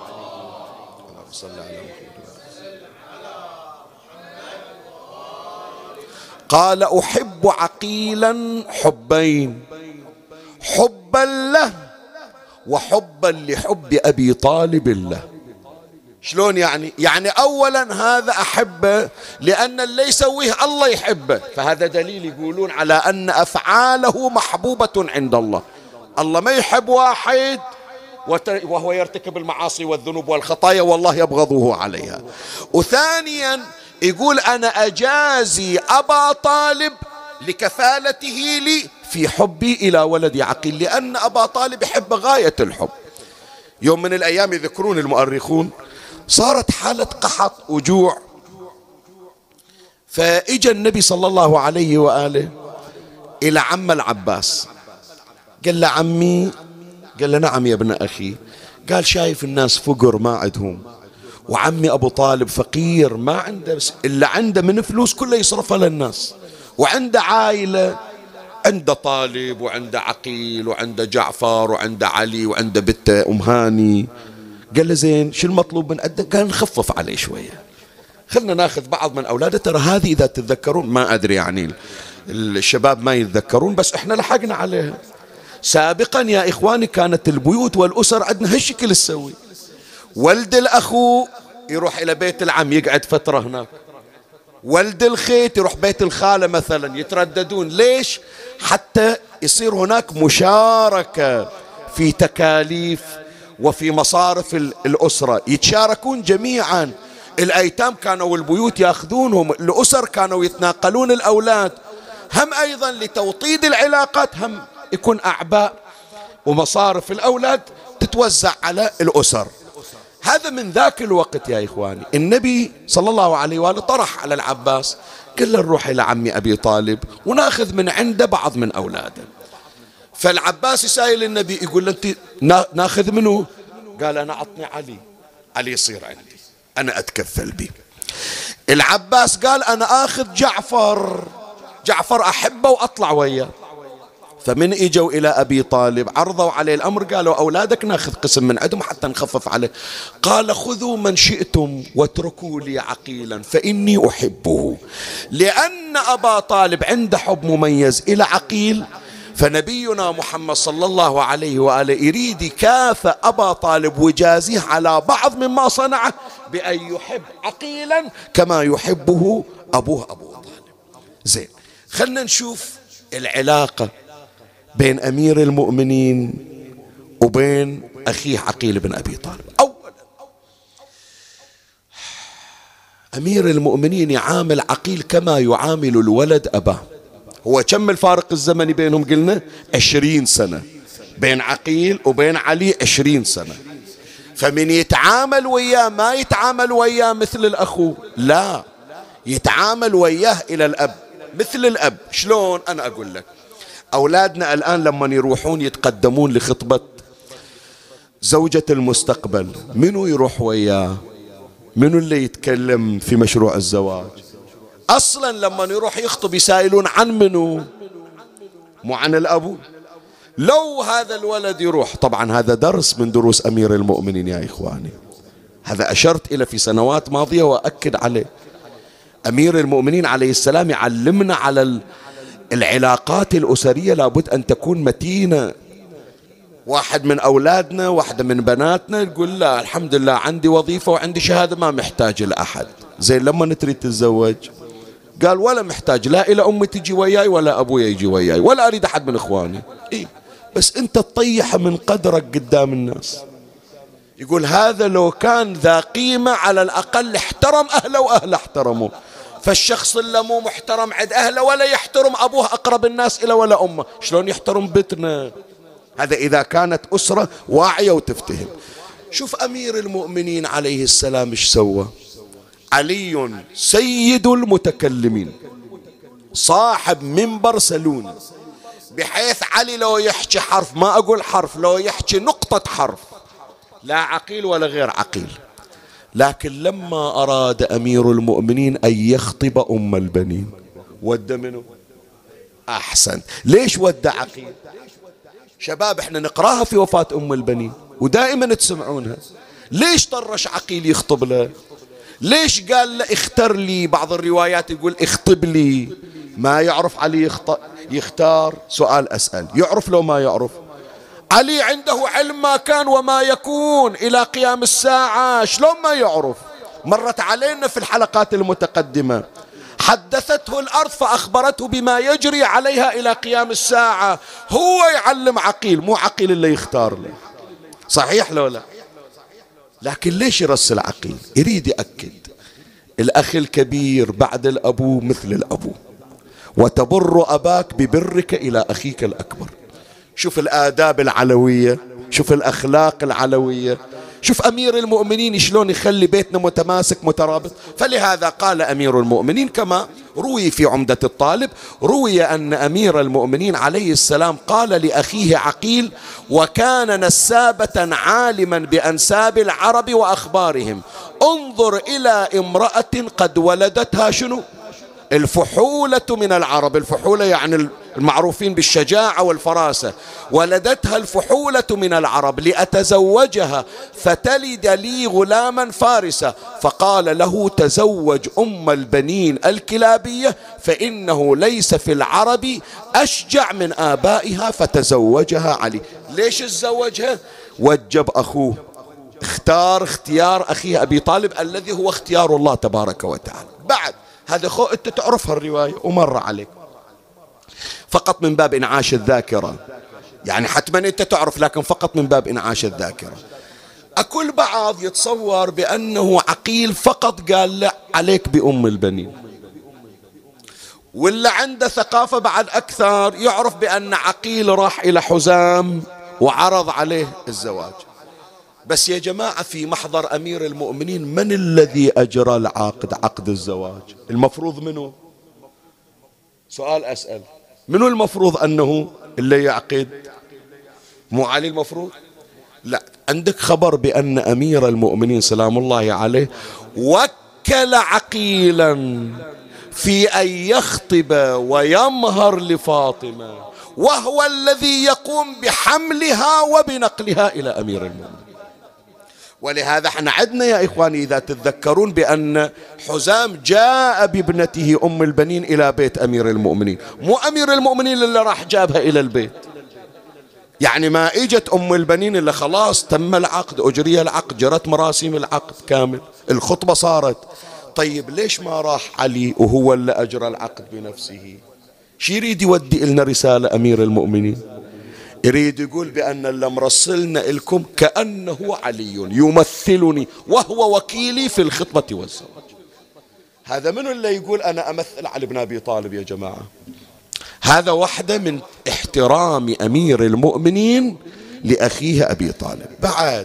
قال أحب عقيلا حبين، حبا له وحبا لحب أبي طالب له. شلون يعني أولا هذا أحبه لأن اللي يسويه الله يحبه، فهذا دليل يقولون على أن أفعاله محبوبة عند الله. الله ما يحب واحد وهو يرتكب المعاصي والذنوب والخطايا والله يبغضه عليها. وثانيا يقول أنا أجازي أبا طالب لكفالته لي في حبي إلى ولدي عقيل، لأن أبا طالب يحب غاية الحب. يوم من الأيام يذكرون المؤرخون صارت حالة قحط وجوع، فإجا النبي صلى الله عليه وآله إلى عم العباس قال له عمي، قال له نعم يا ابن أخي، قال شايف الناس فقر ما عندهم، وعمي أبو طالب فقير ما عنده إلا عنده من فلوس كله يصرفها للناس، وعنده عائلة، عنده طالب وعنده عقيل وعنده جعفر وعنده علي وعنده بنته أم هاني. قال له زين شو المطلوب من عندك؟ قال نخفف عليه شوية، خلنا ناخذ بعض من أولاده. ترى هذه إذا تتذكرون ما أدري يعني الشباب ما يتذكرون بس إحنا لحقنا عليها. سابقا يا إخواني كانت البيوت والأسر عندنا هالشكل تسوي، ولد الأخو يروح إلى بيت العم يقعد فترة هناك، ولد الخيت يروح بيت الخالة مثلا، يترددون. ليش؟ حتى يصير هناك مشاركة في تكاليف وفي مصارف الأسرة، يتشاركون جميعا. الأيتام كانوا البيوت يأخذونهم، الأسر كانوا يتناقلون الأولاد، هم أيضا لتوطيد العلاقات، هم يكون أعباء ومصارف الأولاد تتوزع على الأسر. هذا من ذاك الوقت يا إخواني. النبي صلى الله عليه وآله طرح على العباس قال له نروح إلى عمي أبي طالب وناخذ من عنده بعض من أولاده. فالعباس يسائل النبي يقول له أنت ناخذ منه؟ قال أنا أعطني علي يصير عندي، أنا أتكفل به. العباس قال أنا آخذ جعفر أحبه وأطلع وياه. فمن إجوا إلى أبي طالب عرضوا عليه الأمر، قالوا أولادك ناخذ قسم من عندهم حتى نخفف عليه. قال خذوا من شئتم واتركوا لي عقيلا فإني أحبه. لأن أبا طالب عنده حب مميز إلى عقيل، فنبينا محمد صلى الله عليه وآله يريد يكافئ أبا طالب ويجازيه على بعض مما صنعه بأن يحب عقيلا كما يحبه أبوه أبو طالب. زين، خلنا نشوف العلاقة بين أمير المؤمنين وبين أخيه عقيل بن أبي طالب. أولا، أمير المؤمنين يعامل عقيل كما يعامل الولد أباه. هو كم الفارق الزمني بينهم؟ قلنا 20 سنة بين عقيل وبين علي، 20 سنة. فمن يتعامل وياه ما يتعامل وياه مثل الأخو، لا، يتعامل وياه إلى الأب مثل الأب. شلون؟ أنا أقول لك، أولادنا الآن لما يروحون يتقدمون لخطبة زوجة المستقبل، منو يروح وياه؟ منو اللي يتكلم في مشروع الزواج؟ أصلا لما يروح يخطب يسائلون عن منو؟ مو عن الأبو. لو هذا الولد يروح، طبعا هذا درس من دروس أمير المؤمنين يا إخواني، هذا أشرت إلى في سنوات ماضية وأكد عليه. أمير المؤمنين عليه السلام يعلمنا على العلاقات الأسرية لابد أن تكون متينة. واحد من أولادنا، واحدة من بناتنا يقول لا الحمد لله عندي وظيفة وعندي شهادة ما محتاج لأحد. زين، لما تريد تتزوج قال ولا محتاج لا إلى أمي تجي وياي ولا أبوي يجي وياي ولا أريد أحد من إخواني. إيه؟ بس أنت تطيح من قدرك قدام الناس. يقول هذا لو كان ذا قيمة على الأقل احترم أهله وأهله احترموه. فالشخص اللي مو محترم عند أهله ولا يحترم أبوه أقرب الناس إلى ولا أمه، شلون يحترم بيتنا؟ هذا إذا كانت أسرة واعية وتفتهم. شوف أمير المؤمنين عليه السلام إيش سوى. علي سيد المتكلمين، صاحب منبر سلون، بحيث علي لو يحكي حرف، ما أقول حرف، لو يحكي نقطة حرف، لا عقيل ولا غير عقيل. لكن لما أراد أمير المؤمنين أن يخطب أم البنين ودى منه؟ أحسن. ليش ودى عقيل؟ شباب احنا نقراها في وفاة أم البنين ودائما تسمعونها. ليش طرش عقيل يخطب له؟ ليش قال له اختر لي؟ بعض الروايات يقول اخطب لي. ما يعرف علي يختار؟ سؤال أسأل، يعرف لو ما يعرف؟ علي عنده علم ما كان وما يكون إلى قيام الساعة، شلون ما يعرف؟ مرت علينا في الحلقات المتقدمة، حدثته الأرض فأخبرته بما يجري عليها إلى قيام الساعة. هو يعلم عقيل، مو عقيل اللي يختار له. صحيح لو لا؟ لكن ليش يرسل عقيل؟ يريد يأكد الأخ الكبير بعد الأبو مثل الأبو، وتبر أباك ببرك إلى أخيك الأكبر. شوف الآداب العلوية، شوف الأخلاق العلوية، شوف أمير المؤمنين شلون يخلي بيتنا متماسك مترابط. فلهذا قال أمير المؤمنين كما روي في عمدة الطالب، روي أن أمير المؤمنين عليه السلام قال لأخيه عقيل، وكان نسابة عالما بأنساب العرب وأخبارهم، انظر إلى امرأة قد ولدتها شنو؟ الفحولة من العرب. الفحولة يعني المعروفين بالشجاعة والفراسة. ولدتها الفحولة من العرب لأتزوجها فتلد لي غلاما فارسا، فقال له تزوج أم البنين الكلابية فإنه ليس في العرب أشجع من آبائها، فتزوجها علي. ليش تزوجها؟ وجب أخوه، اختار اختيار أخيه أبي طالب الذي هو اختيار الله تبارك وتعالى. بعد هذا أنت تعرفها الرواية ومر عليك، فقط من باب إنعاش الذاكرة، يعني حتما أنت تعرف لكن فقط من باب إنعاش الذاكرة. أكل بعض يتصور بأنه عقيل فقط قال لا عليك بأم البنين، ولا عنده ثقافة بعد أكثر يعرف بأن عقيل راح إلى حزام وعرض عليه الزواج. بس يا جماعة في محضر أمير المؤمنين من الذي أجرى العقد، عقد الزواج؟ المفروض منه؟ سؤال أسأل، منو المفروض أنه اللي يعقد؟ مو علي المفروض؟ لا، عندك خبر بأن أمير المؤمنين سلام الله عليه وكل عقيلا في أن يخطب ويمهر لفاطمة، وهو الذي يقوم بحملها وبنقلها إلى أمير المؤمنين. ولهذا احنا عدنا يا إخواني إذا تتذكرون بأن حزام جاء بابنته أم البنين إلى بيت أمير المؤمنين، مو أمير المؤمنين اللي راح جابها إلى البيت. يعني ما إجت أم البنين إلا خلاص تم العقد، أجري العقد، جرت مراسيم العقد كامل، الخطبة صارت. طيب ليش ما راح علي وهو اللي أجرى العقد بنفسه؟ شي يريد يودي لنا رسالة أمير المؤمنين؟ يريد يقول بأن اللي مرسلنا لكم كأنه علي يمثلني وهو وكيلي في الخطبة والزواج. هذا من اللي يقول أنا أمثل علي بن أبي طالب يا جماعة؟ هذا واحدة من احترام أمير المؤمنين لأخيه أبي طالب. بعد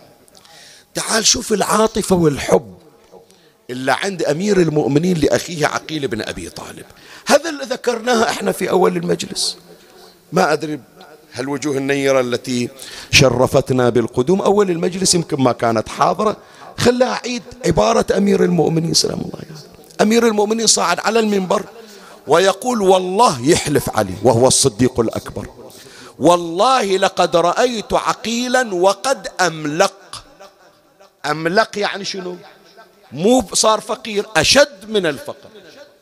تعال شوف العاطفة والحب اللي عند أمير المؤمنين لأخيه عقيل بن أبي طالب. هذا اللي ذكرناها احنا في أول المجلس. ما أدري هالوجوه النيرة التي شرفتنا بالقدوم أول المجلس يمكن ما كانت حاضرة، خلها أعيد عبارة أمير المؤمنين سلام الله عليه. أمير المؤمنين صعد على المنبر ويقول والله، يحلف علي وهو الصديق الأكبر، والله لقد رأيت عقيلا وقد أملق. أملق يعني شنو؟ مو صار فقير، أشد من الفقر.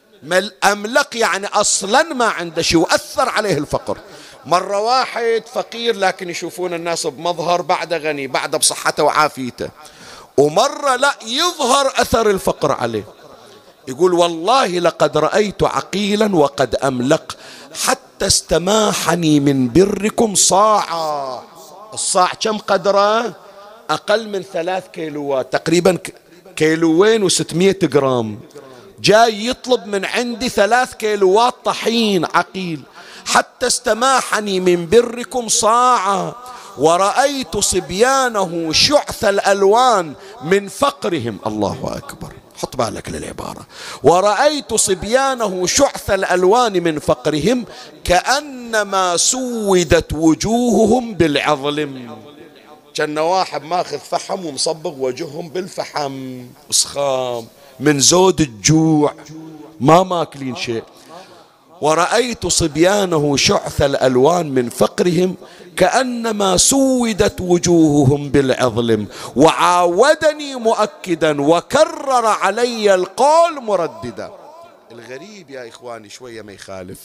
أملق يعني أصلا ما عنده شيء وأثر عليه الفقر. مرة واحد فقير لكن يشوفون الناس بمظهر بعد غني، بعد بصحته وعافيته، ومرة لا يظهر أثر الفقر عليه. يقول والله لقد رأيت عقيلا وقد أملق حتى استماحني من بركم صاعا. الصاع كم قدره؟ أقل من 3 كيلوات، تقريبا 2.6 جرام. جاي يطلب من عندي 3 كيلوات طحين عقيل. حتى استماحني من بركم صاعا ورأيت صبيانه شعث الألوان من فقرهم. الله أكبر، حط بالك للعبارة. ورأيت صبيانه شعث الألوان من فقرهم كأنما سودت وجوههم بالعظلم. كان واحد ماخذ فحم ومصبغ وجههم بالفحم، صخام من زود الجوع، ما ماكلين شيء. ورأيت صبيانه شعث الألوان من فقرهم كأنما سودت وجوههم بالعظلم. وعاودني مؤكدا وكرر علي القول مرددا. الغريب يا إخواني شوية ما يخالف،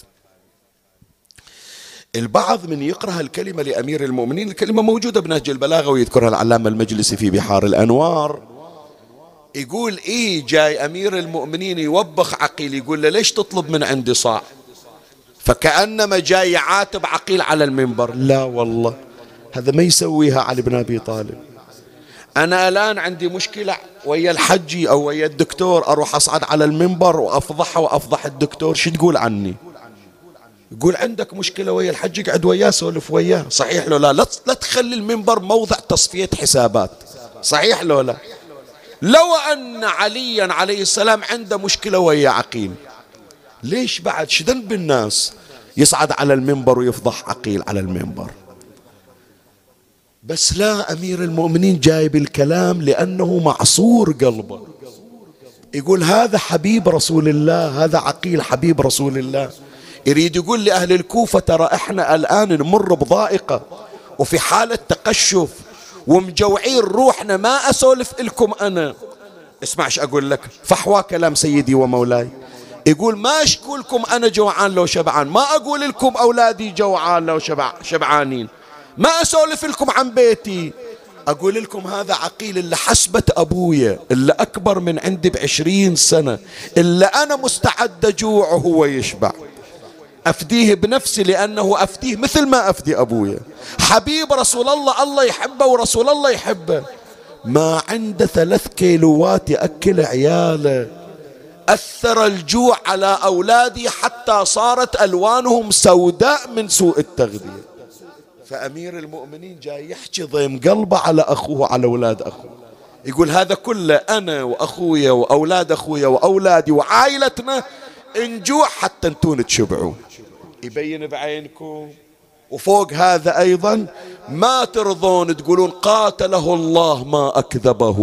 البعض من يقرأ الكلمة لأمير المؤمنين، الكلمة موجودة بنهج البلاغة ويذكرها العلامة المجلسي في بحار الأنوار، يقول إيه جاي أمير المؤمنين يوبخ عقيل، يقول له ليش تطلب من عندي صاع؟ فكأنما جاي يعاتب عقيل على المنبر. لا والله هذا ما يسويها علي بن أبي طالب. أنا الآن عندي مشكلة ويا الحجي أو ويا الدكتور، أروح أصعد على المنبر وأفضحه وأفضح الدكتور، شو تقول عني؟ يقول عندك مشكلة ويا الحج، اقعد وياه سولف وياه. صحيح لو لا؟ لا تخلي المنبر موضع تصفية حسابات. صحيح لو لا؟ لو أن عليا عليه السلام عنده مشكلة ويا عقيل، ليش بعد شذنب الناس يصعد على المنبر ويفضح عقيل على المنبر؟ بس لا، أمير المؤمنين جايب الكلام لأنه معصور قلبه. يقول هذا حبيب رسول الله، هذا عقيل حبيب رسول الله. يريد يقول لأهل الكوفة ترى احنا الآن نمر بضائقة وفي حالة تقشف ومجوعين روحنا، ما أسولف لكم أنا. اسمع ايش أقول لك، فحوى كلام سيدي ومولاي. يقول ما أشكولكم أنا جوعان لو شبعان، ما أقول لكم أولادي جوعان لو شبعانين، ما أسولف لكم عن بيتي. أقول لكم هذا عقيل اللي حسبة أبويا، اللي أكبر من عندي ب20 سنة، اللي أنا مستعد أجوع وهو يشبع. أفديه بنفسي لأنه أفديه مثل ما أفدي أبويا. حبيب رسول الله، الله يحبه ورسول الله يحبه. ما عنده 3 كيلوات يأكل عياله. أثر الجوع على أولادي حتى صارت ألوانهم سوداء من سوء التغذية. فأمير المؤمنين جاي يحكي ضيم قلبه على أخوه، على أولاد أخوه. يقول هذا كله أنا وأخويا وأولاد أخويا وأولادي وعائلتنا نجوع حتى انتون تشبعوا. يبين بعينكم. وفوق هذا أيضا ما ترضون تقولون قاتله الله ما أكذبه.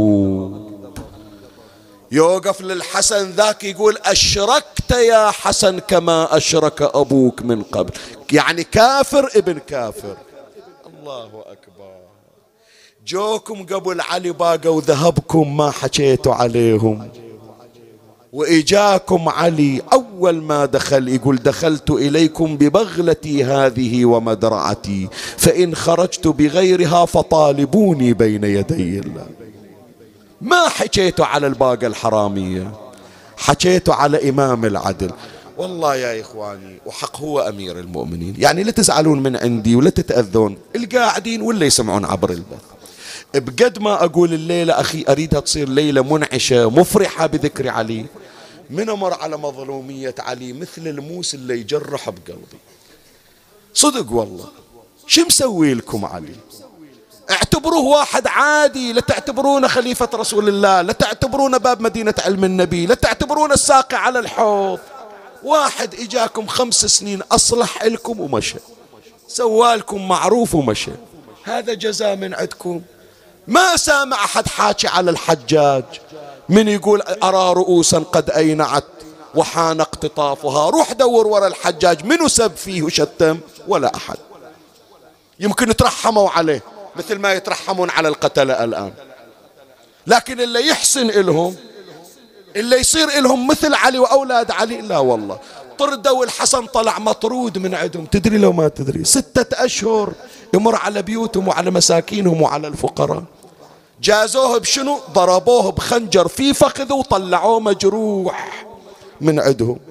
يوقف للحسن ذاك يقول أشركت يا حسن كما أشرك أبوك من قبل، يعني كافر ابن كافر. الله أكبر. جوكم قبل علي باقوا ذهبكم ما حكيتوا عليهم، وإجاكم علي أول ما دخل يقول دخلت إليكم ببغلتي هذه ومدرعتي، فإن خرجت بغيرها فطالبوني بين يدي الله. ما حكيتوا على الباقة الحرامية، حكيتوا على إمام العدل. والله يا إخواني، وحق هو أمير المؤمنين، يعني لا تزعلون من عندي ولا تتأذون القاعدين ولا يسمعون عبر البث. بقد ما أقول الليلة أخي أريدها تصير ليلة منعشة مفرحة بذكر علي، من أمر على مظلومية علي مثل الموس اللي يجرح بقلبي صدق والله. شو مسوي لكم علي؟ اعتبروه واحد عادي، لا تعتبرونه خليفة رسول الله، لا تعتبرونه باب مدينة علم النبي، لا تعتبرونه الساقي على الحوض. واحد إجاكم 5 سنين أصلح لكم ومشى، سوالكم معروف ومشى، هذا جزاء من عندكم. ما سامع أحد حاكي على الحجاج من يقول أرى رؤوسا قد أينعت وحان اقتطافها. روح دور ورا الحجاج منو سب فيه وشتم؟ ولا أحد. يمكن ترحموا عليه مثل ما يترحمون على القتلة الآن، لكن اللي يحسن إلهم، اللي يصير إلهم مثل علي وأولاد علي، لا والله. طردوا الحسن طلع مطرود من عندهم، تدري لو ما تدري 6 أشهر يمر على بيوتهم وعلى مساكينهم وعلى الفقراء. جازوه بشنو؟ ضربوه بخنجر في فخذه وطلعوه مجروح من عندهم.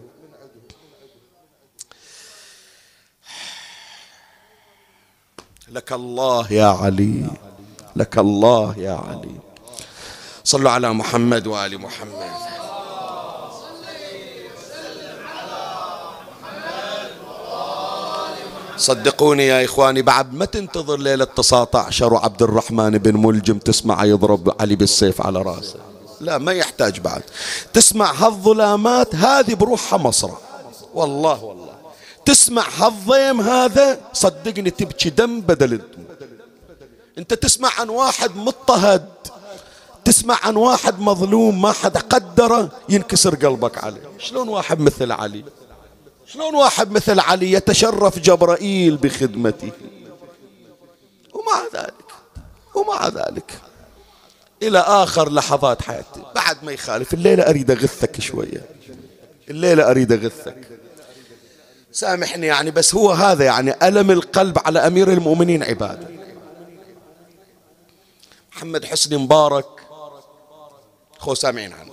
لك الله يا علي، لك الله يا علي. صلوا على محمد وآل محمد. صدقوني يا إخواني، بعد ما تنتظر ليلة 19 وعبد الرحمن بن ملجم تسمع يضرب علي بالسيف على راسه، لا ما يحتاج بعد. تسمع هالظلامات هذه بروحها مصرع، والله تسمع هالضيم هذا صدقني تبكي دم بدل الدم. انت تسمع عن واحد مضطهد، تسمع عن واحد مظلوم ما حد قدره، ينكسر قلبك عليه. شلون واحد مثل علي، شلون واحد مثل علي يتشرف جبرائيل بخدمته، ومع ذلك إلى آخر لحظات حياتي بعد ما يخالف. الليلة أريد أغثك شوية، الليلة أريد أغثك، سامحني يعني، بس هو هذا يعني ألم القلب على أمير المؤمنين عبادة. محمد حسني مبارك خو سامعين عنه،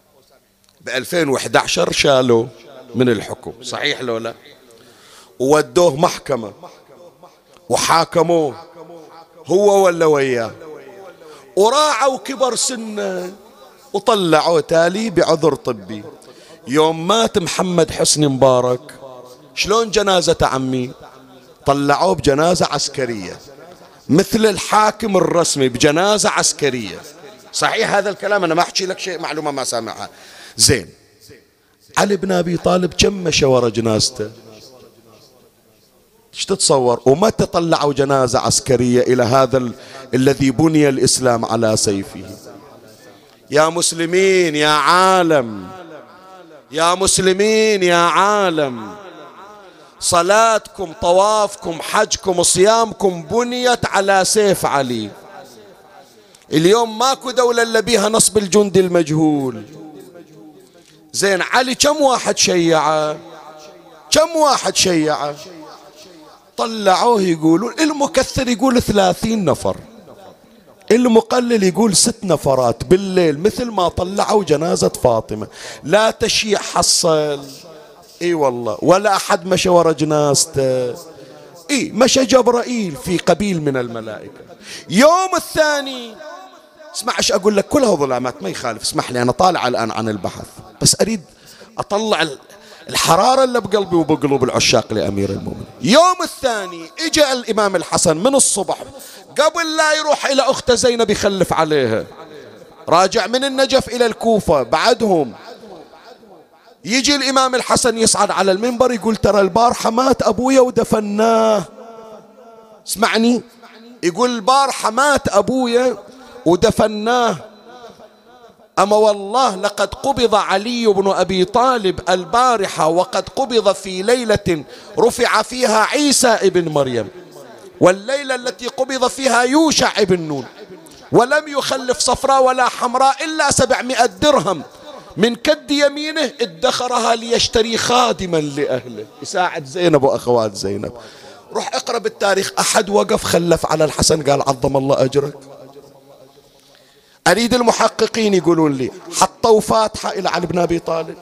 ب2011 شالوه من الحكم، صحيح لو لا؟ وودوه محكمة وحاكموه هو ولا وياه، وراعوا كبر سنه وطلعوه تالي بعذر طبي. يوم مات محمد حسني مبارك شلون جنازة عمي؟ طلعوه بجنازة عسكرية مثل الحاكم الرسمي بجنازة عسكرية. صحيح هذا الكلام؟ أنا ما أحكي لك شيء معلومة ما سامعها. زين، علي بن أبي طالب كم مشى ورا جنازته؟ ايش تتصور؟ ومتى طلعوا جنازة عسكرية إلى هذا الذي بني الإسلام على سيفه؟ يا مسلمين يا عالم، يا مسلمين يا عالم، صلاتكم طوافكم حجكم صيامكم بنيت على سيف علي. اليوم ماكو دولة إلا بيها نصب الجندي المجهول. زين، علي كم واحد شيعه؟ كم واحد شيعه؟ طلعوه يقولون، المكثر يقول 30 نفر، المقلل يقول 6 نفرات بالليل، مثل ما طلعوا جنازة فاطمة. لا تشيع حصل، اي والله، ولا احد مشى ورا جنازته، اي مشى جبرائيل في قبيل من الملائكة. يوم الثاني، اسمع ايش اقول لك، كلها ظلامات ما يخالف، اسمح لي انا طالع الان عن البحث بس اريد اطلع الحرارة اللي بقلبي وبقلوب العشاق لأمير المؤمنين. يوم الثاني اجى الإمام الحسن من الصبح قبل لا يروح إلى أخته زينب يخلف عليها، راجع من النجف إلى الكوفة بعدهم. يجي الإمام الحسن يصعد على المنبر يقول ترى البارحة مات أبويا ودفناه. اسمعني، يقول البارحة مات أبويا ودفناه، أما والله لقد قبض علي بن أبي طالب البارحة، وقد قبض في ليلة رفع فيها عيسى ابن مريم، والليلة التي قبض فيها يوشع ابن نون، ولم يخلف صفراء ولا حمراء إلا 700 درهم من كد يمينه ادخرها ليشتري خادما لأهله يساعد زينب وأخوات زينب. روح اقرأ بالتاريخ، أحد وقف خلف على الحسن قال عظم الله أجرك؟ أريد المحققين يقولون لي حطوا فاتحة إلى علي بن أبي طالب؟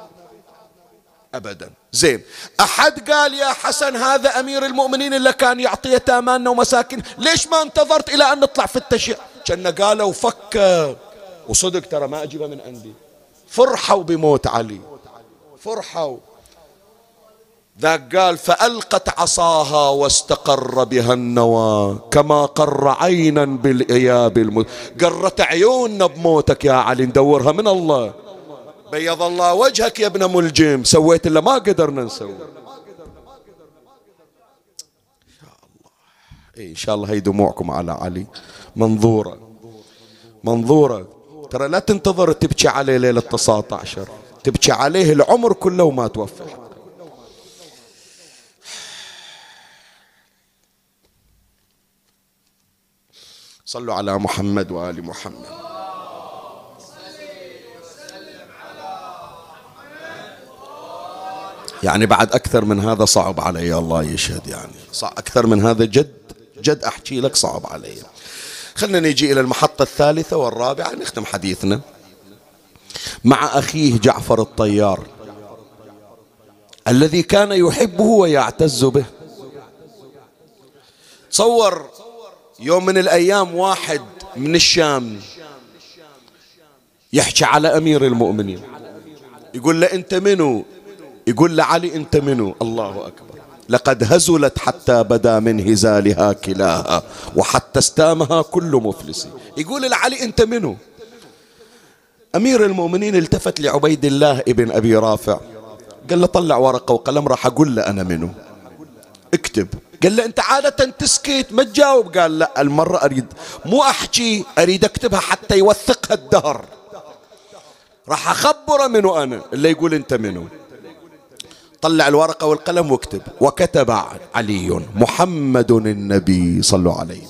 أبدا. زين، أحد قال يا حسن هذا أمير المؤمنين اللي كان يعطي يتامانا ومساكين، ليش ما انتظرت إلى أن نطلع في التشييع؟ كان قالوا فكر، وصدق ترى ما أجيبها من عندي، فرحوا بموت علي، فرحوا. ذاك قال فألقت عصاها واستقر بها النوى، كما قر عينا بالإياب قرت عيوننا بموتك يا علي، ندورها من الله. بيض الله وجهك يا ابن ملجم، سويت اللي ما قدرنا نسوي. إن شاء الله، إن شاء الله هي دموعكم على علي منظورة منظورة. ترى لا تنتظر تبكي عليه ليلة 19، تبكي عليه العمر كله وما توفى. صلوا على محمد وآل محمد. يعني بعد أكثر من هذا صعب علي، الله يشهد، يعني أكثر من هذا جد جد أحكي لك صعب علي. خلنا نجي إلى المحطة الثالثة والرابعة نختم حديثنا مع أخيه جعفر الطيار الذي كان يحبه ويعتز به. تصور يوم من الأيام واحد من الشام يحكي على أمير المؤمنين، يقول له أنت منو؟ يقول له علي. أنت منو؟ الله أكبر. لقد هزلت حتى بدا من هزالها كلاها، وحتى استامها كل مفلس. يقول لعلي أنت منو؟ أمير المؤمنين التفت لعبيد الله ابن أبي رافع قال له طلع ورقة وقلم راح أقول له أنا منو، اكتب. قال له أنت عادة تسكت ما تجاوب. قال لا، المرة أريد مو أحكي، أريد أكتبها حتى يوثقها الدهر، راح أخبره منو أنا اللي يقول أنت منو. طلع الورقة والقلم واكتب. وكتب علي محمد النبي، صلوا عليه.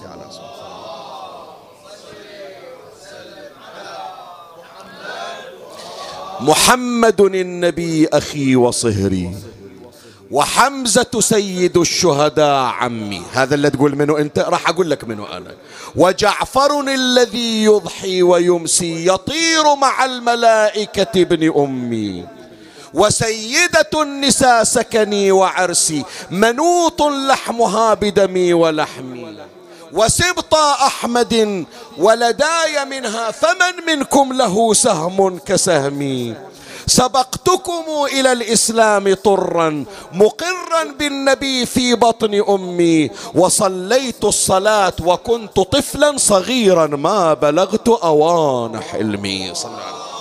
محمد النبي أخي وصهري، وحمزة سيد الشهداء عمي. هذا اللي تقول منه أنت، راح أقول لك منه أنا. وجعفر الذي يضحي ويمسي يطير مع الملائكة ابن أمي، وسيدة النساء سكني وعرسي، منوط لحمها بدمي ولحمي، وسبط أحمد ولداي منها، فمن منكم له سهم كسهمي. سبقتكم إلى الإسلام طرا مقرا بالنبي في بطن أمي، وصليت الصلاة وكنت طفلا صغيرا ما بلغت أوان حلمي. صلى الله عليه وسلم.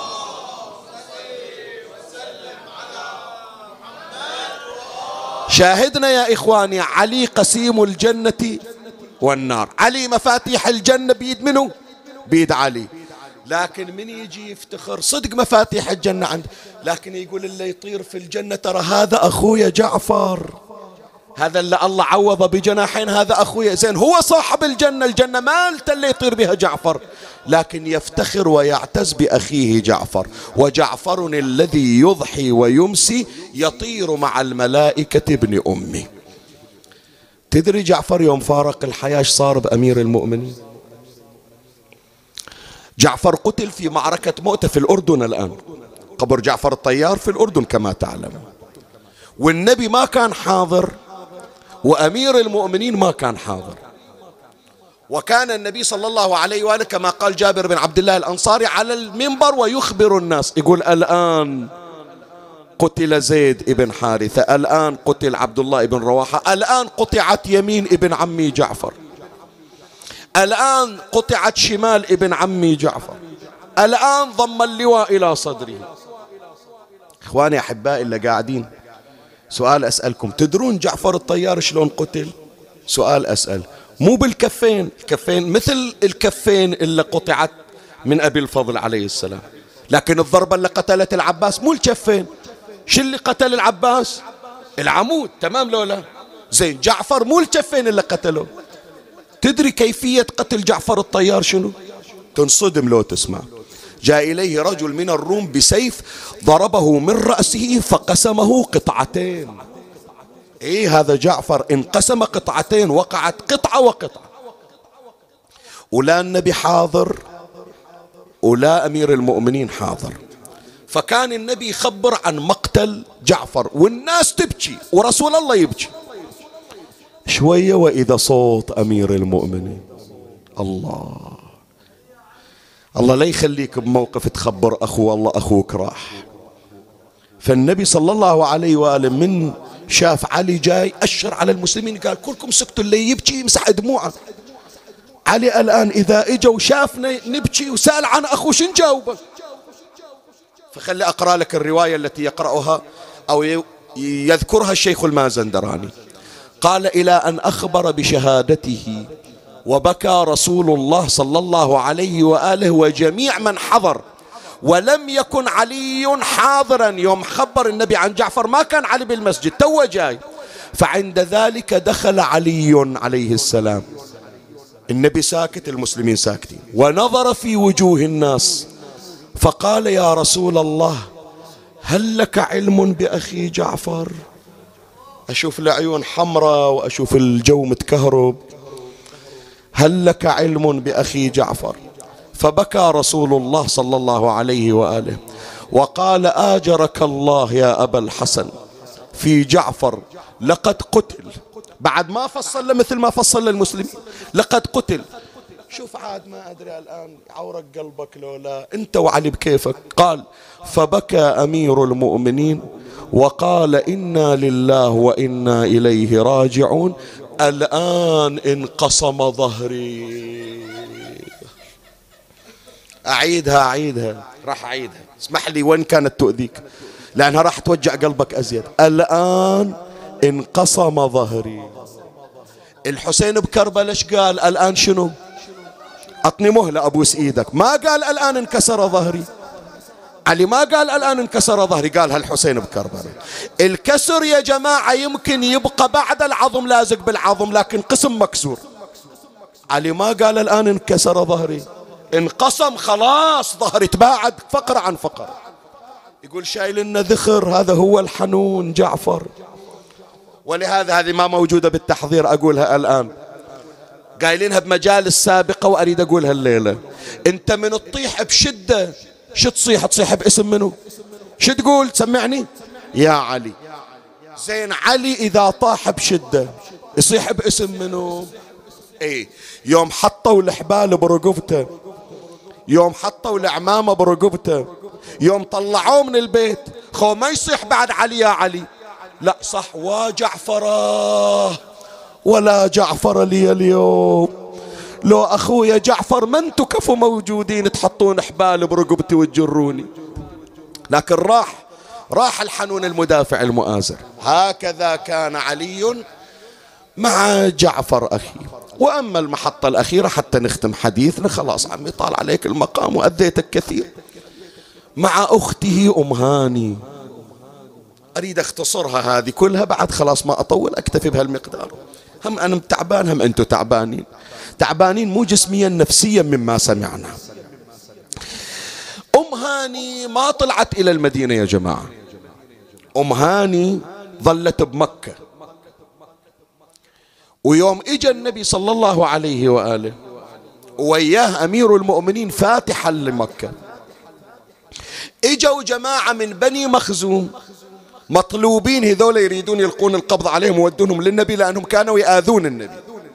شاهدنا يا إخواني، علي قسيم الجنة والنار. علي مفاتيح الجنة بيد منه؟ بيد علي. لكن من يجي يفتخر صدق مفاتيح الجنة عنده، لكن يقول اللي يطير في الجنة ترى هذا أخويا جعفر، هذا اللي الله عوض بجناحين هذا أخويا. زين هو صاحب الجنة، الجنة مالته اللي يطير بها جعفر، لكن يفتخر ويعتز بأخيه جعفر. وجعفر الذي يضحي ويمسي يطير مع الملائكة ابن أمي. تدري جعفر يوم فارق الحياة ايش صار بأمير المؤمنين؟ جعفر قتل في معركة مؤتة في الأردن. الآن قبر جعفر الطيار في الأردن كما تعلم، والنبي ما كان حاضر وأمير المؤمنين ما كان حاضر. وكان النبي صلى الله عليه وآله كما قال جابر بن عبد الله الأنصاري على المنبر ويخبر الناس، يقول الآن قتل زيد ابن حارثة، الآن قتل عبد الله ابن رواحة، الآن قطعت يمين ابن عمي جعفر، الآن قطعت شمال ابن عمي جعفر، الآن ضم اللواء إلى صدره. إخواني أحبائي اللي قاعدين، سؤال أسألكم، تدرون جعفر الطيار شلون قتل؟ سؤال أسأل، مو بالكفين، الكفين مثل الكفين اللي قطعت من أبي الفضل عليه السلام، لكن الضربة اللي قتلت العباس مو الكفين. شو اللي قتل العباس؟ العمود، تمام لولا؟ زين جعفر مو الكفين اللي قتله. تدري كيفية قتل جعفر الطيار شنو؟ تنصدم لو تسمع. جاء إليه رجل من الروم بسيف ضربه من رأسه فقسمه قطعتين. إيه هذا جعفر انقسم قطعتين، وقعت قطعة وقطعة، ولا النبي حاضر ولا أمير المؤمنين حاضر. فكان النبي يخبر عن مقتل جعفر والناس تبكي ورسول الله يبكي. شوية وإذا صوت أمير المؤمنين، الله لا يخليك بموقف تخبر أخو والله أخوك راح. فالنبي صلى الله عليه وآله من شاف علي جاي أشر على المسلمين قال كلكم سكتوا، اللي يبكي يمسح دموعه. علي الآن إذا إجا وشافنا نبكي وسأل عن أخو شن جاوبه؟ فخلي أقرأ لك الرواية التي يقرأها أو يذكرها الشيخ المازندراني. قال إلى أن أخبر بشهادته وبكى رسول الله صلى الله عليه وآله وجميع من حضر، ولم يكن علي حاضرا يوم خبر النبي عن جعفر، ما كان علي بالمسجد تو جاي. فعند ذلك دخل علي عليه السلام، النبي ساكت المسلمين ساكتين، ونظر في وجوه الناس فقال يا رسول الله هل لك علم بأخي جعفر؟ أشوف العيون حمراء وأشوف الجو متكهرب، هل لك علم بأخي جعفر؟ فبكى رسول الله صلى الله عليه وآله وقال آجرك الله يا أبا الحسن في جعفر لقد قتل. بعد ما فصل مثل ما فصل للمسلمين، لقد قتل. شوف عاد ما أدري الآن عورك قلبك لولا أنت وعلي بكيفك. قال فبكى أمير المؤمنين وقال إنا لله وإنا إليه راجعون، الآن انقسم ظهري. أعيدها راح أعيدها، اسمح لي وين كانت تؤذيك لأنها راح توجع قلبك أزيد. الآن انقسم ظهري. الحسين بكربلاء ايش قال؟ الآن شنو؟ أعطني مهلة أبوس إيدك. ما قال الآن انكسر ظهري. علي ما قال الآن انكسر ظهري، قالها الحسين بكربلاء. الكسر يا جماعة يمكن يبقى بعد العظم لازق بالعظم، لكن قسم مكسور. علي ما قال الآن انكسر ظهري، انقسم خلاص ظهري تباعد فقرة عن فقرة. يقول شايل لنا ذخر، هذا هو الحنون جعفر. ولهذا هذه ما موجودة بالتحضير أقولها الآن، قايلينها بمجالس سابقة وأريد أقولها الليلة. أنت من تطيح بشدة شو تصيح؟ تصيح باسم منه؟ شو تقول؟ سمعني يا علي. زين علي إذا طاح بشدة يصيح باسم منه؟ ايه، يوم حطوا الحبال برقبته، يوم حطوا العمامة برقبته، يوم طلعوه من البيت، خو ما يصيح بعد علي يا علي، لا صح وجعفره ولا جعفر لي اليوم. لو أخويا جعفر ما انتو كفوا موجودين تحطون حبال برقبتي وتجروني، لكن راح الحنون المدافع المؤازر. هكذا كان علي مع جعفر أخي. وأما المحطة الأخيرة حتى نختم حديثنا، خلاص عمي طال عليك المقام وأذيتك كثير، مع أخته أم هاني. أريد أختصرها هذه كلها بعد خلاص ما أطول، أكتفي بهالمقدار. هم أنا تعبان هم أنتم تعبانين مو جسميا نفسيا مما سمعنا. أم هاني ما طلعت إلى المدينة يا جماعة، أم هاني ظلت بمكة. ويوم إجا النبي صلى الله عليه وآله وياه أمير المؤمنين فاتحا لمكة، إجوا جماعة من بني مخزوم مطلوبين، هذول يريدون يلقون القبض عليهم وودونهم للنبي لأنهم كانوا يآذون النبي.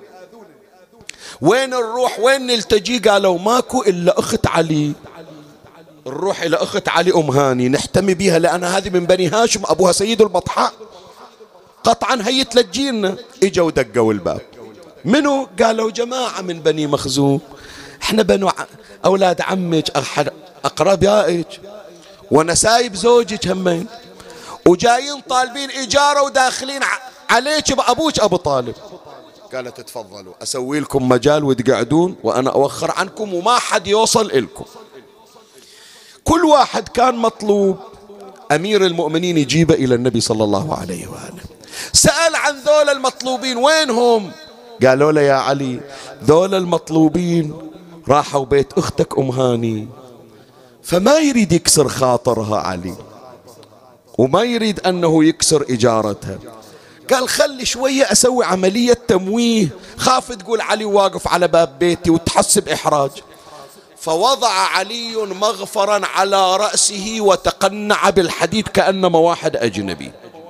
وين نروح وين نلتجي؟ قالوا ماكو إلا أخت علي، نروح إلى أخت علي أم هاني نحتمي بها لأن هذه من بني هاشم أبوها سيد البطحاء، قطعا هي تلجينا. إجوا دقوا الباب، منو؟ قالوا جماعة من بني مخزوم، احنا بنو أولاد عمك أقربائك ونسايب زوجك همين، وجايين طالبين إجارة وداخلين عليك بأبوك أبو طالب. قالت تفضلوا أسوي لكم مجال وتقعدون وأنا أوخر عنكم وما حد يوصل إلكم. كل واحد كان مطلوب أمير المؤمنين يجيبه إلى النبي صلى الله عليه وآله. سأل عن ذول المطلوبين وينهم؟ قالوا له يا علي ذول المطلوبين راحوا بيت أختك أم هاني، فما يريد يكسر خاطرها علي وما يريد أنه يكسر إجارتها. قال خلي شوية أسوي عملية تمويه، خاف تقول علي واقف على باب بيتي وتحسب إحراج. فوضع علي مغفرا على رأسه وتقنع بالحديد كأنما واحد أجنبي،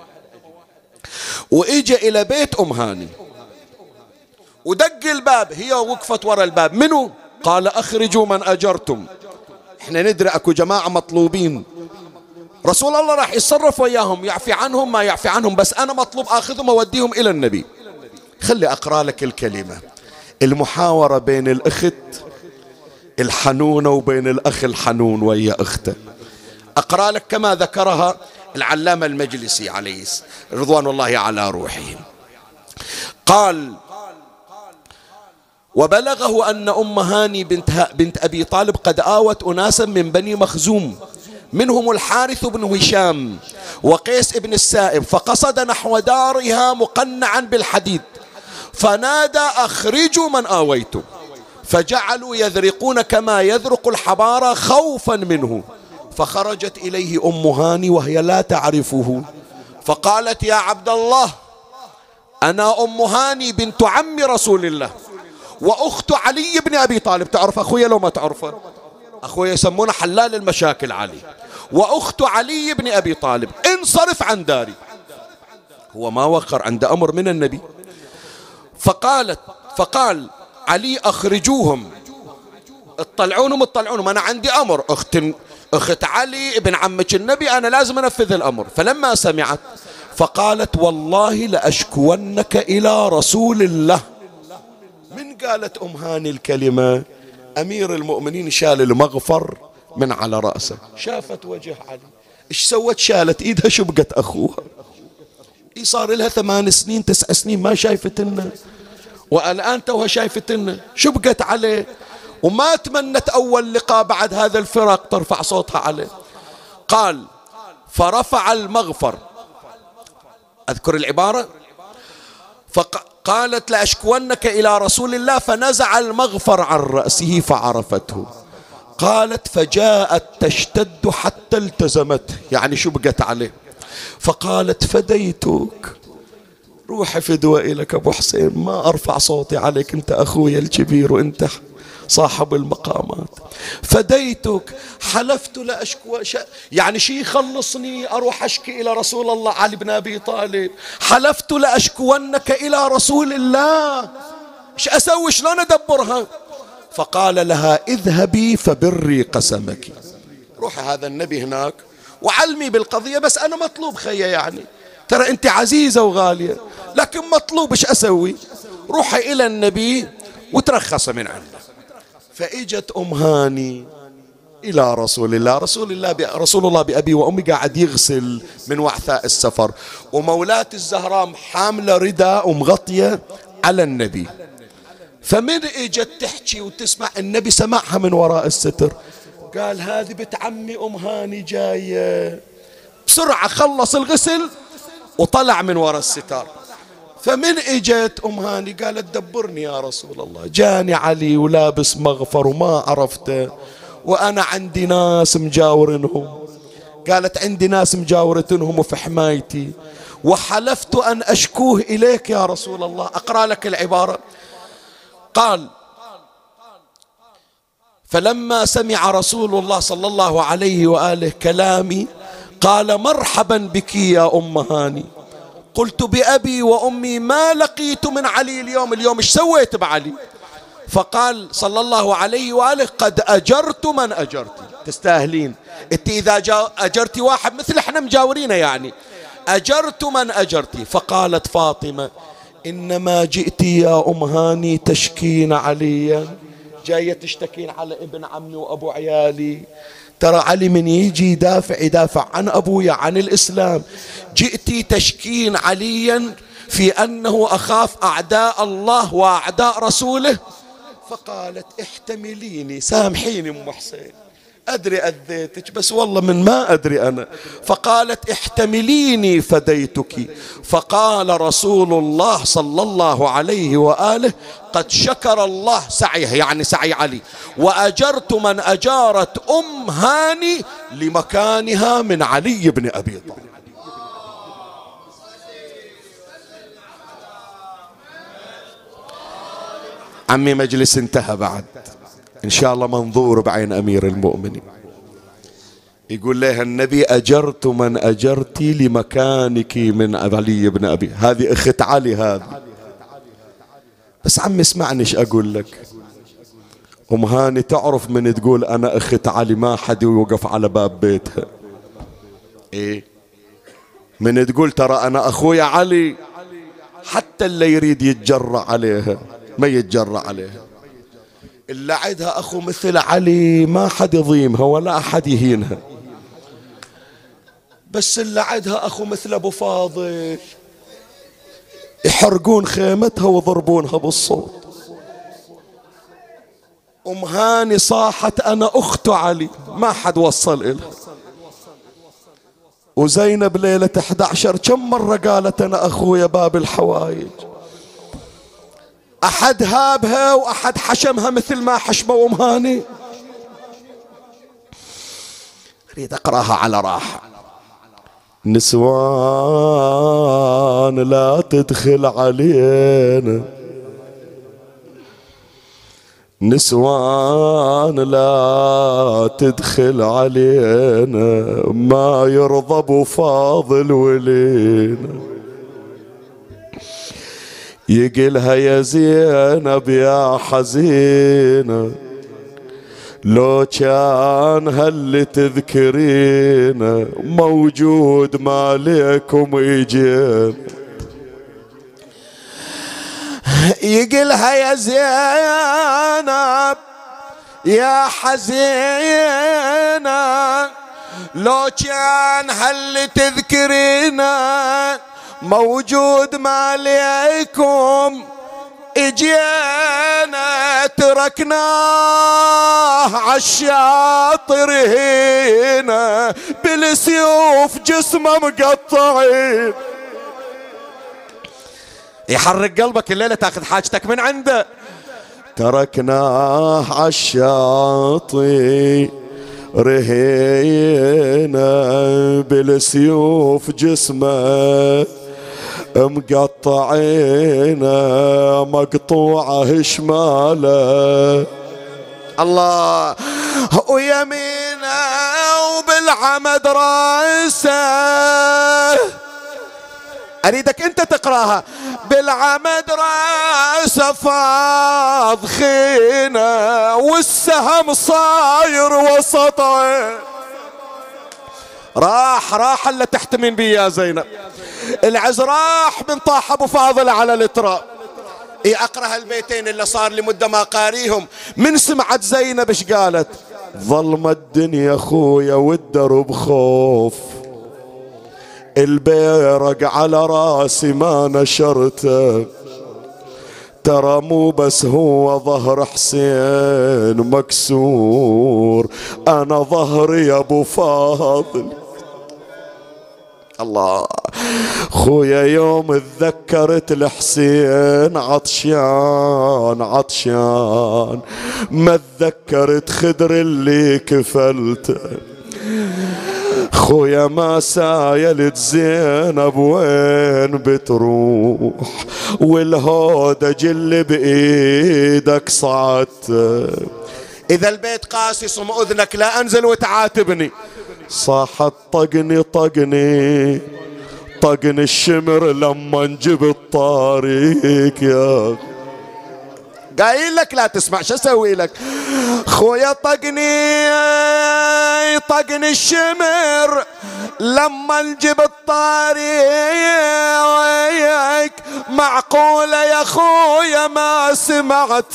وإجى إلى بيت أم هاني ودق الباب، هي وقفت وراء الباب. منو؟ قال أخرجوا من أجرتم، احنا ندري أكو جماعة مطلوبين، رسول الله راح يتصرف وياهم، يعفي عنهم ما يعفي عنهم، بس أنا مطلوب آخذهم ووديهم إلى النبي. خلي أقرأ لك الكلمة، المحاورة بين الأخت الحنونة وبين الأخ الحنون ويا أخته. أقرأ لك كما ذكرها العلامة المجلسي عليه رضوان الله على روحه. قال وبلغه أن أم هاني بنت أبي طالب قد آوت أناسا من بني مخزوم منهم الحارث بن هشام وقيس بن السائب، فقصد نحو دارها مقنعا بالحديد، فنادى أخرجوا من آويتم، فجعلوا يذرقون كما يذرق الحبارة خوفا منه. فخرجت إليه أم هاني وهي لا تعرفه، فقالت يا عبد الله أنا أم هاني بنت عم رسول الله وأخت علي بن أبي طالب. تعرف أخويا لو ما تعرفه؟ أخويا يسمونه حلال المشاكل علي، وأخت علي بن أبي طالب، انصرف عن داري. هو ما وقر عند أمر من النبي. فقال علي أخرجوهم، اطلعونهم أنا عندي أمر، أخت علي ابن عمك النبي أنا لازم أنفذ الأمر. فلما سمعت فقالت والله لأشكونك إلى رسول الله. من قالت أم هاني الكلمة؟ أمير المؤمنين شال المغفر من على رأسه، شافت وجه علي إيش سوت؟ شالت إيدها شبقت أخوها، صار لها 8 سنين 9 سنين ما شايفتنا، والآن توها شايفتنا، شبقت عليه وما تمنت أول لقاء بعد هذا الفراق ترفع صوتها عليه. قال فرفع المغفر، أذكر العبارة، فقالت لأشكونك إلى رسول الله، فنزع المغفر عن رأسه فعرفته. قالت فجاءت تشتد حتى التزمته، يعني شبقت عليه. فقالت فديتك، روحي فدوى إلك أبو حسين، ما أرفع صوتي عليك، أنت أخوي الكبير وأنت صاحب المقامات، فديتك، حلفت لأشكو يعني شي يخلصني أروح أشكي إلى رسول الله علي بن أبي طالب، حلفت لأشكونك إلى رسول الله، إيش أسوي شلون أدبرها؟ فقال لها اذهبي فبري قسمك، روحي هذا النبي هناك وعلمي بالقضية، بس أنا مطلوب خيّة، يعني ترى أنت عزيزة وغالية لكن مطلوب، إيش أسوي؟ روحي إلى النبي وترخص من عنده. فإجت أم هاني إلى رسول الله، رسول الله بأبي وأمي قاعد يغسل من وعثاء السفر، ومولاة الزهراء حاملة رداء ومغطية على النبي. فمن إجت تحكي وتسمع النبي سمعها من وراء الستر، قال هذه بنت عمي أم هاني جاية، بسرعة خلص الغسل وطلع من وراء الستار. فمن اجت أم هاني قالت دبرني يا رسول الله، جاني علي ولابس مغفر وما عرفته، وأنا عندي ناس مجاورنهم، قالت عندي ناس مجاورتنهم وفي حمايتي، وحلفت أن أشكوه إليك يا رسول الله. أقرأ لك العبارة. قال فلما سمع رسول الله صلى الله عليه وآله كلامي قال مرحبا بك يا أم هاني. قلت بأبي وأمي ما لقيت من علي اليوم ايش سويت بعلي؟ فقال صلى الله عليه وآله قد أجرت من أجرت. تستاهلين انت إذا أجرتي واحد مثل احنا مجاورين، يعني أجرت من أجرتي. فقالت فاطمة إنما جئت يا أم هاني تشكين عليا، جاية تشتكين على ابن عمي وأبو عيالي، ترى علي من يجي يدافع عن أبويا عن الإسلام، جئتي تشكين عليا في أنه أخاف أعداء الله وأعداء رسوله. فقالت احتمليني، سامحيني أم حسين، أدري أذيتك بس والله من ما أدري أنا. فقالت احتمليني فديتك. فقال رسول الله صلى الله عليه وآله قد شكر الله سعيه، يعني سعي علي، وأجرت من أجارت أم هاني لمكانها من علي بن أبي طالب. عمي مجلس انتهى بعد، إن شاء الله منظور بعين أمير المؤمنين. يقول لها النبي أجرت من أجرتي لمكانك من علي بن أبي، هذه أخت علي هذه. بس عمي اسمعني ايش أقول لك. أم هاني تعرف من تقول أنا أخت علي ما حد يوقف على باب بيتها. إيه من تقول ترى أنا أخويا علي، حتى اللي يريد يتجرأ عليها ما يتجرأ عليها. اللي عندها أخو مثل علي ما حد يضيمها ولا أحد يهينها، بس اللي عندها أخو مثل أبو فاضل يحرقون خيمتها ويضربونها بالصوت. أم هاني صاحت أنا أخت علي، ما حد وصل إلها. وزينب ليلة 11 كم مرة قالت أنا أخويا باب الحوايج. أحد هابها وأحد حشمها مثل ما حشموا أم هاني. أريد أقرأها على راحة. نسوان لا تدخل علينا، نسوان لا تدخل علينا، ما يرضى ابو فاضل ولينا. يقلها يا زينب يا حزينة، لو كان هاللي تذكرينا موجود ما ليكم اجينا. يقلها يا زينب يا حزينة، لو كان هاللي تذكرينا موجود ما ليكم اجينا. تركناه عالشاطر هنا بالسيوف جسمه مقطعين. يحرق قلبك الليلة تاخذ حاجتك من عنده. تركناه عالشاطر رهينا بالسيوف جسمه مقطعينا، مقطوعه شماله الله ويمينه وبالعمد راسه. اريدك انت تقراها. بالعمد راسه فاض خينا والسهم صاير وسطه. راح اللي تحتمين بي يا زينب. العز راح من طاح ابو فاضل على التراب. اقرا هالبيتين اللي صار لي مده ما قاريهم. من سمعت زينب ايش قالت؟ ظلمة الدنيا خويا والدرب خوف، البيرق على راسي ما نشرته، ترى مو بس هو ظهر حسين مكسور، انا ظهري يا ابو فاضل. الله خويا يوم تذكرت الحسين عطشان ما تذكرت خدر اللي كفلته. خويا ما سايلت زينب وين بتروح، والهودج اللي بايدك صعدته. اذا البيت قاسي صم اذنك لا انزل وتعاتبني. صاحت طقني طقني الشمر لما نجيب الطريق يا قايل لك لا تسمع شو اسوي لك. خويا طقني الشمر لما نجيب الطريق. معقولة يا خويا ما سمعت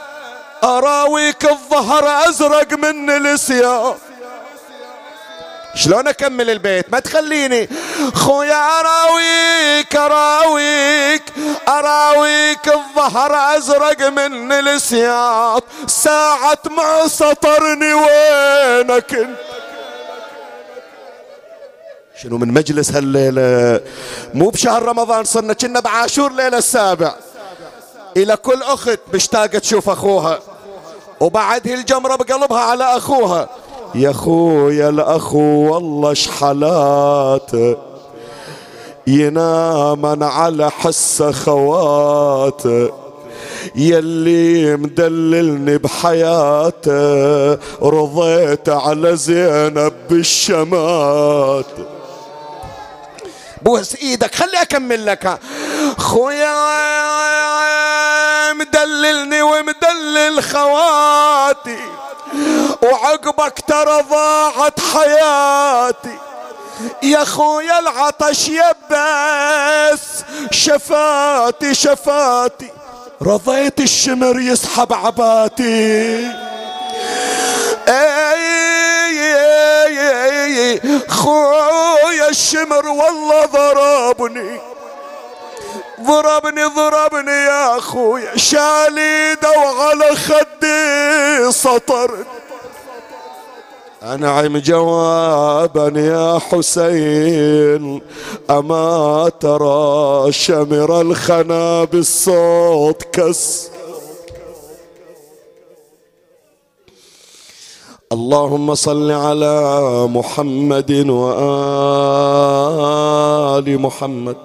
اراويك الظهر ازرق من السياف. شلون أكمل البيت؟ ما تخليني خويا أراويك أراويك أراويك الظهر أزرق من السياط ساعة ما سطرني وينك انت. شنو من مجلس هالليلة؟ مو بشهر رمضان صرنا كنا بعاشور ليلة السابع. إلى كل أخت مشتاقة تشوف أخوها وبعد هي الجمرة بقلبها على أخوها. يا خويا الأخو والله شحلاته ينامن على حس خواته يلي مدللني بحياته رضيت على زينب بالشمات. بوس ايدك خلي اكمل لك. خويا مدللني ومدلل خواتي وعقبك ترى ضاعت حياتي. يا خويا العطش يبس شفاتي شفاتي رضيت الشمر يسحب عباتي. خويا الشمر والله ضربني ضربني ضربني يا خويا شاليده وعلى خدي سطرت. أنعم جوابا يا حسين أما ترى شمر الخنا بالصوت كس. اللهم صل على محمد وآل محمد.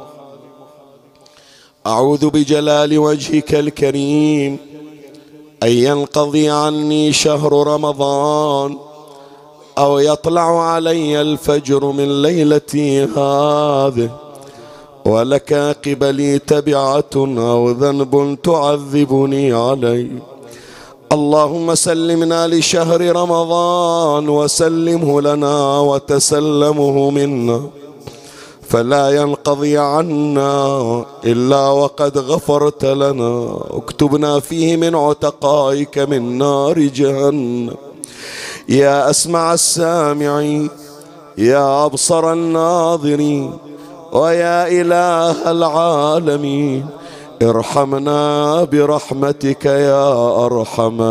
أعوذ بجلال وجهك الكريم أن ينقضي عني شهر رمضان أو يطلع علي الفجر من ليلتي هذه ولك قبلي تبعة أو ذنب تعذبني عليه. اللهم سلمنا لشهر رمضان وسلمه لنا وتسلمه منا فلا ينقضي عنا إلا وقد غفرت لنا. اكتبنا فيه من عتقائك من نار جهنم. يا أسمع السامعين يا أبصر الناظرين ويا إله العالمين ارحمنا برحمتك يا أرحم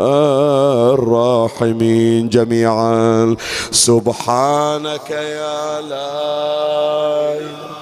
الراحمين جميعا. سبحانك يا لا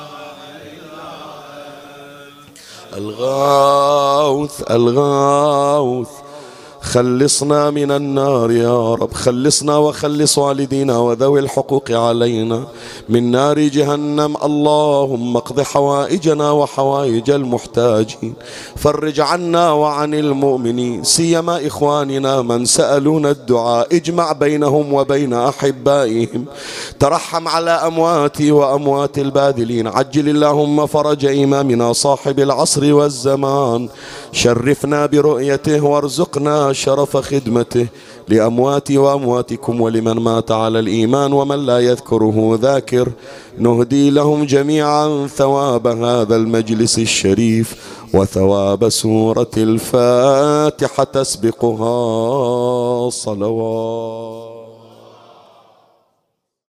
الغوث الغوث خلصنا من النار يا رب. خلصنا وخلص والدينا وذوي الحقوق علينا من نار جهنم. اللهم اقض حوائجنا وحوائج المحتاجين. فرج عنا وعن المؤمنين سيما إخواننا من سألون الدعاء. اجمع بينهم وبين أحبائهم. ترحم على أمواتي وأموات الباذلين. عجل اللهم فرج إمامنا صاحب العصر والزمان. شرفنا برؤيته وارزقنا شرف خدمته لأمواتي وأمواتكم ولمن مات على الإيمان ومن لا يذكره ذاكر. نهدي لهم جميعا ثواب هذا المجلس الشريف وثواب سورة الفاتحة تسبقها صلوات.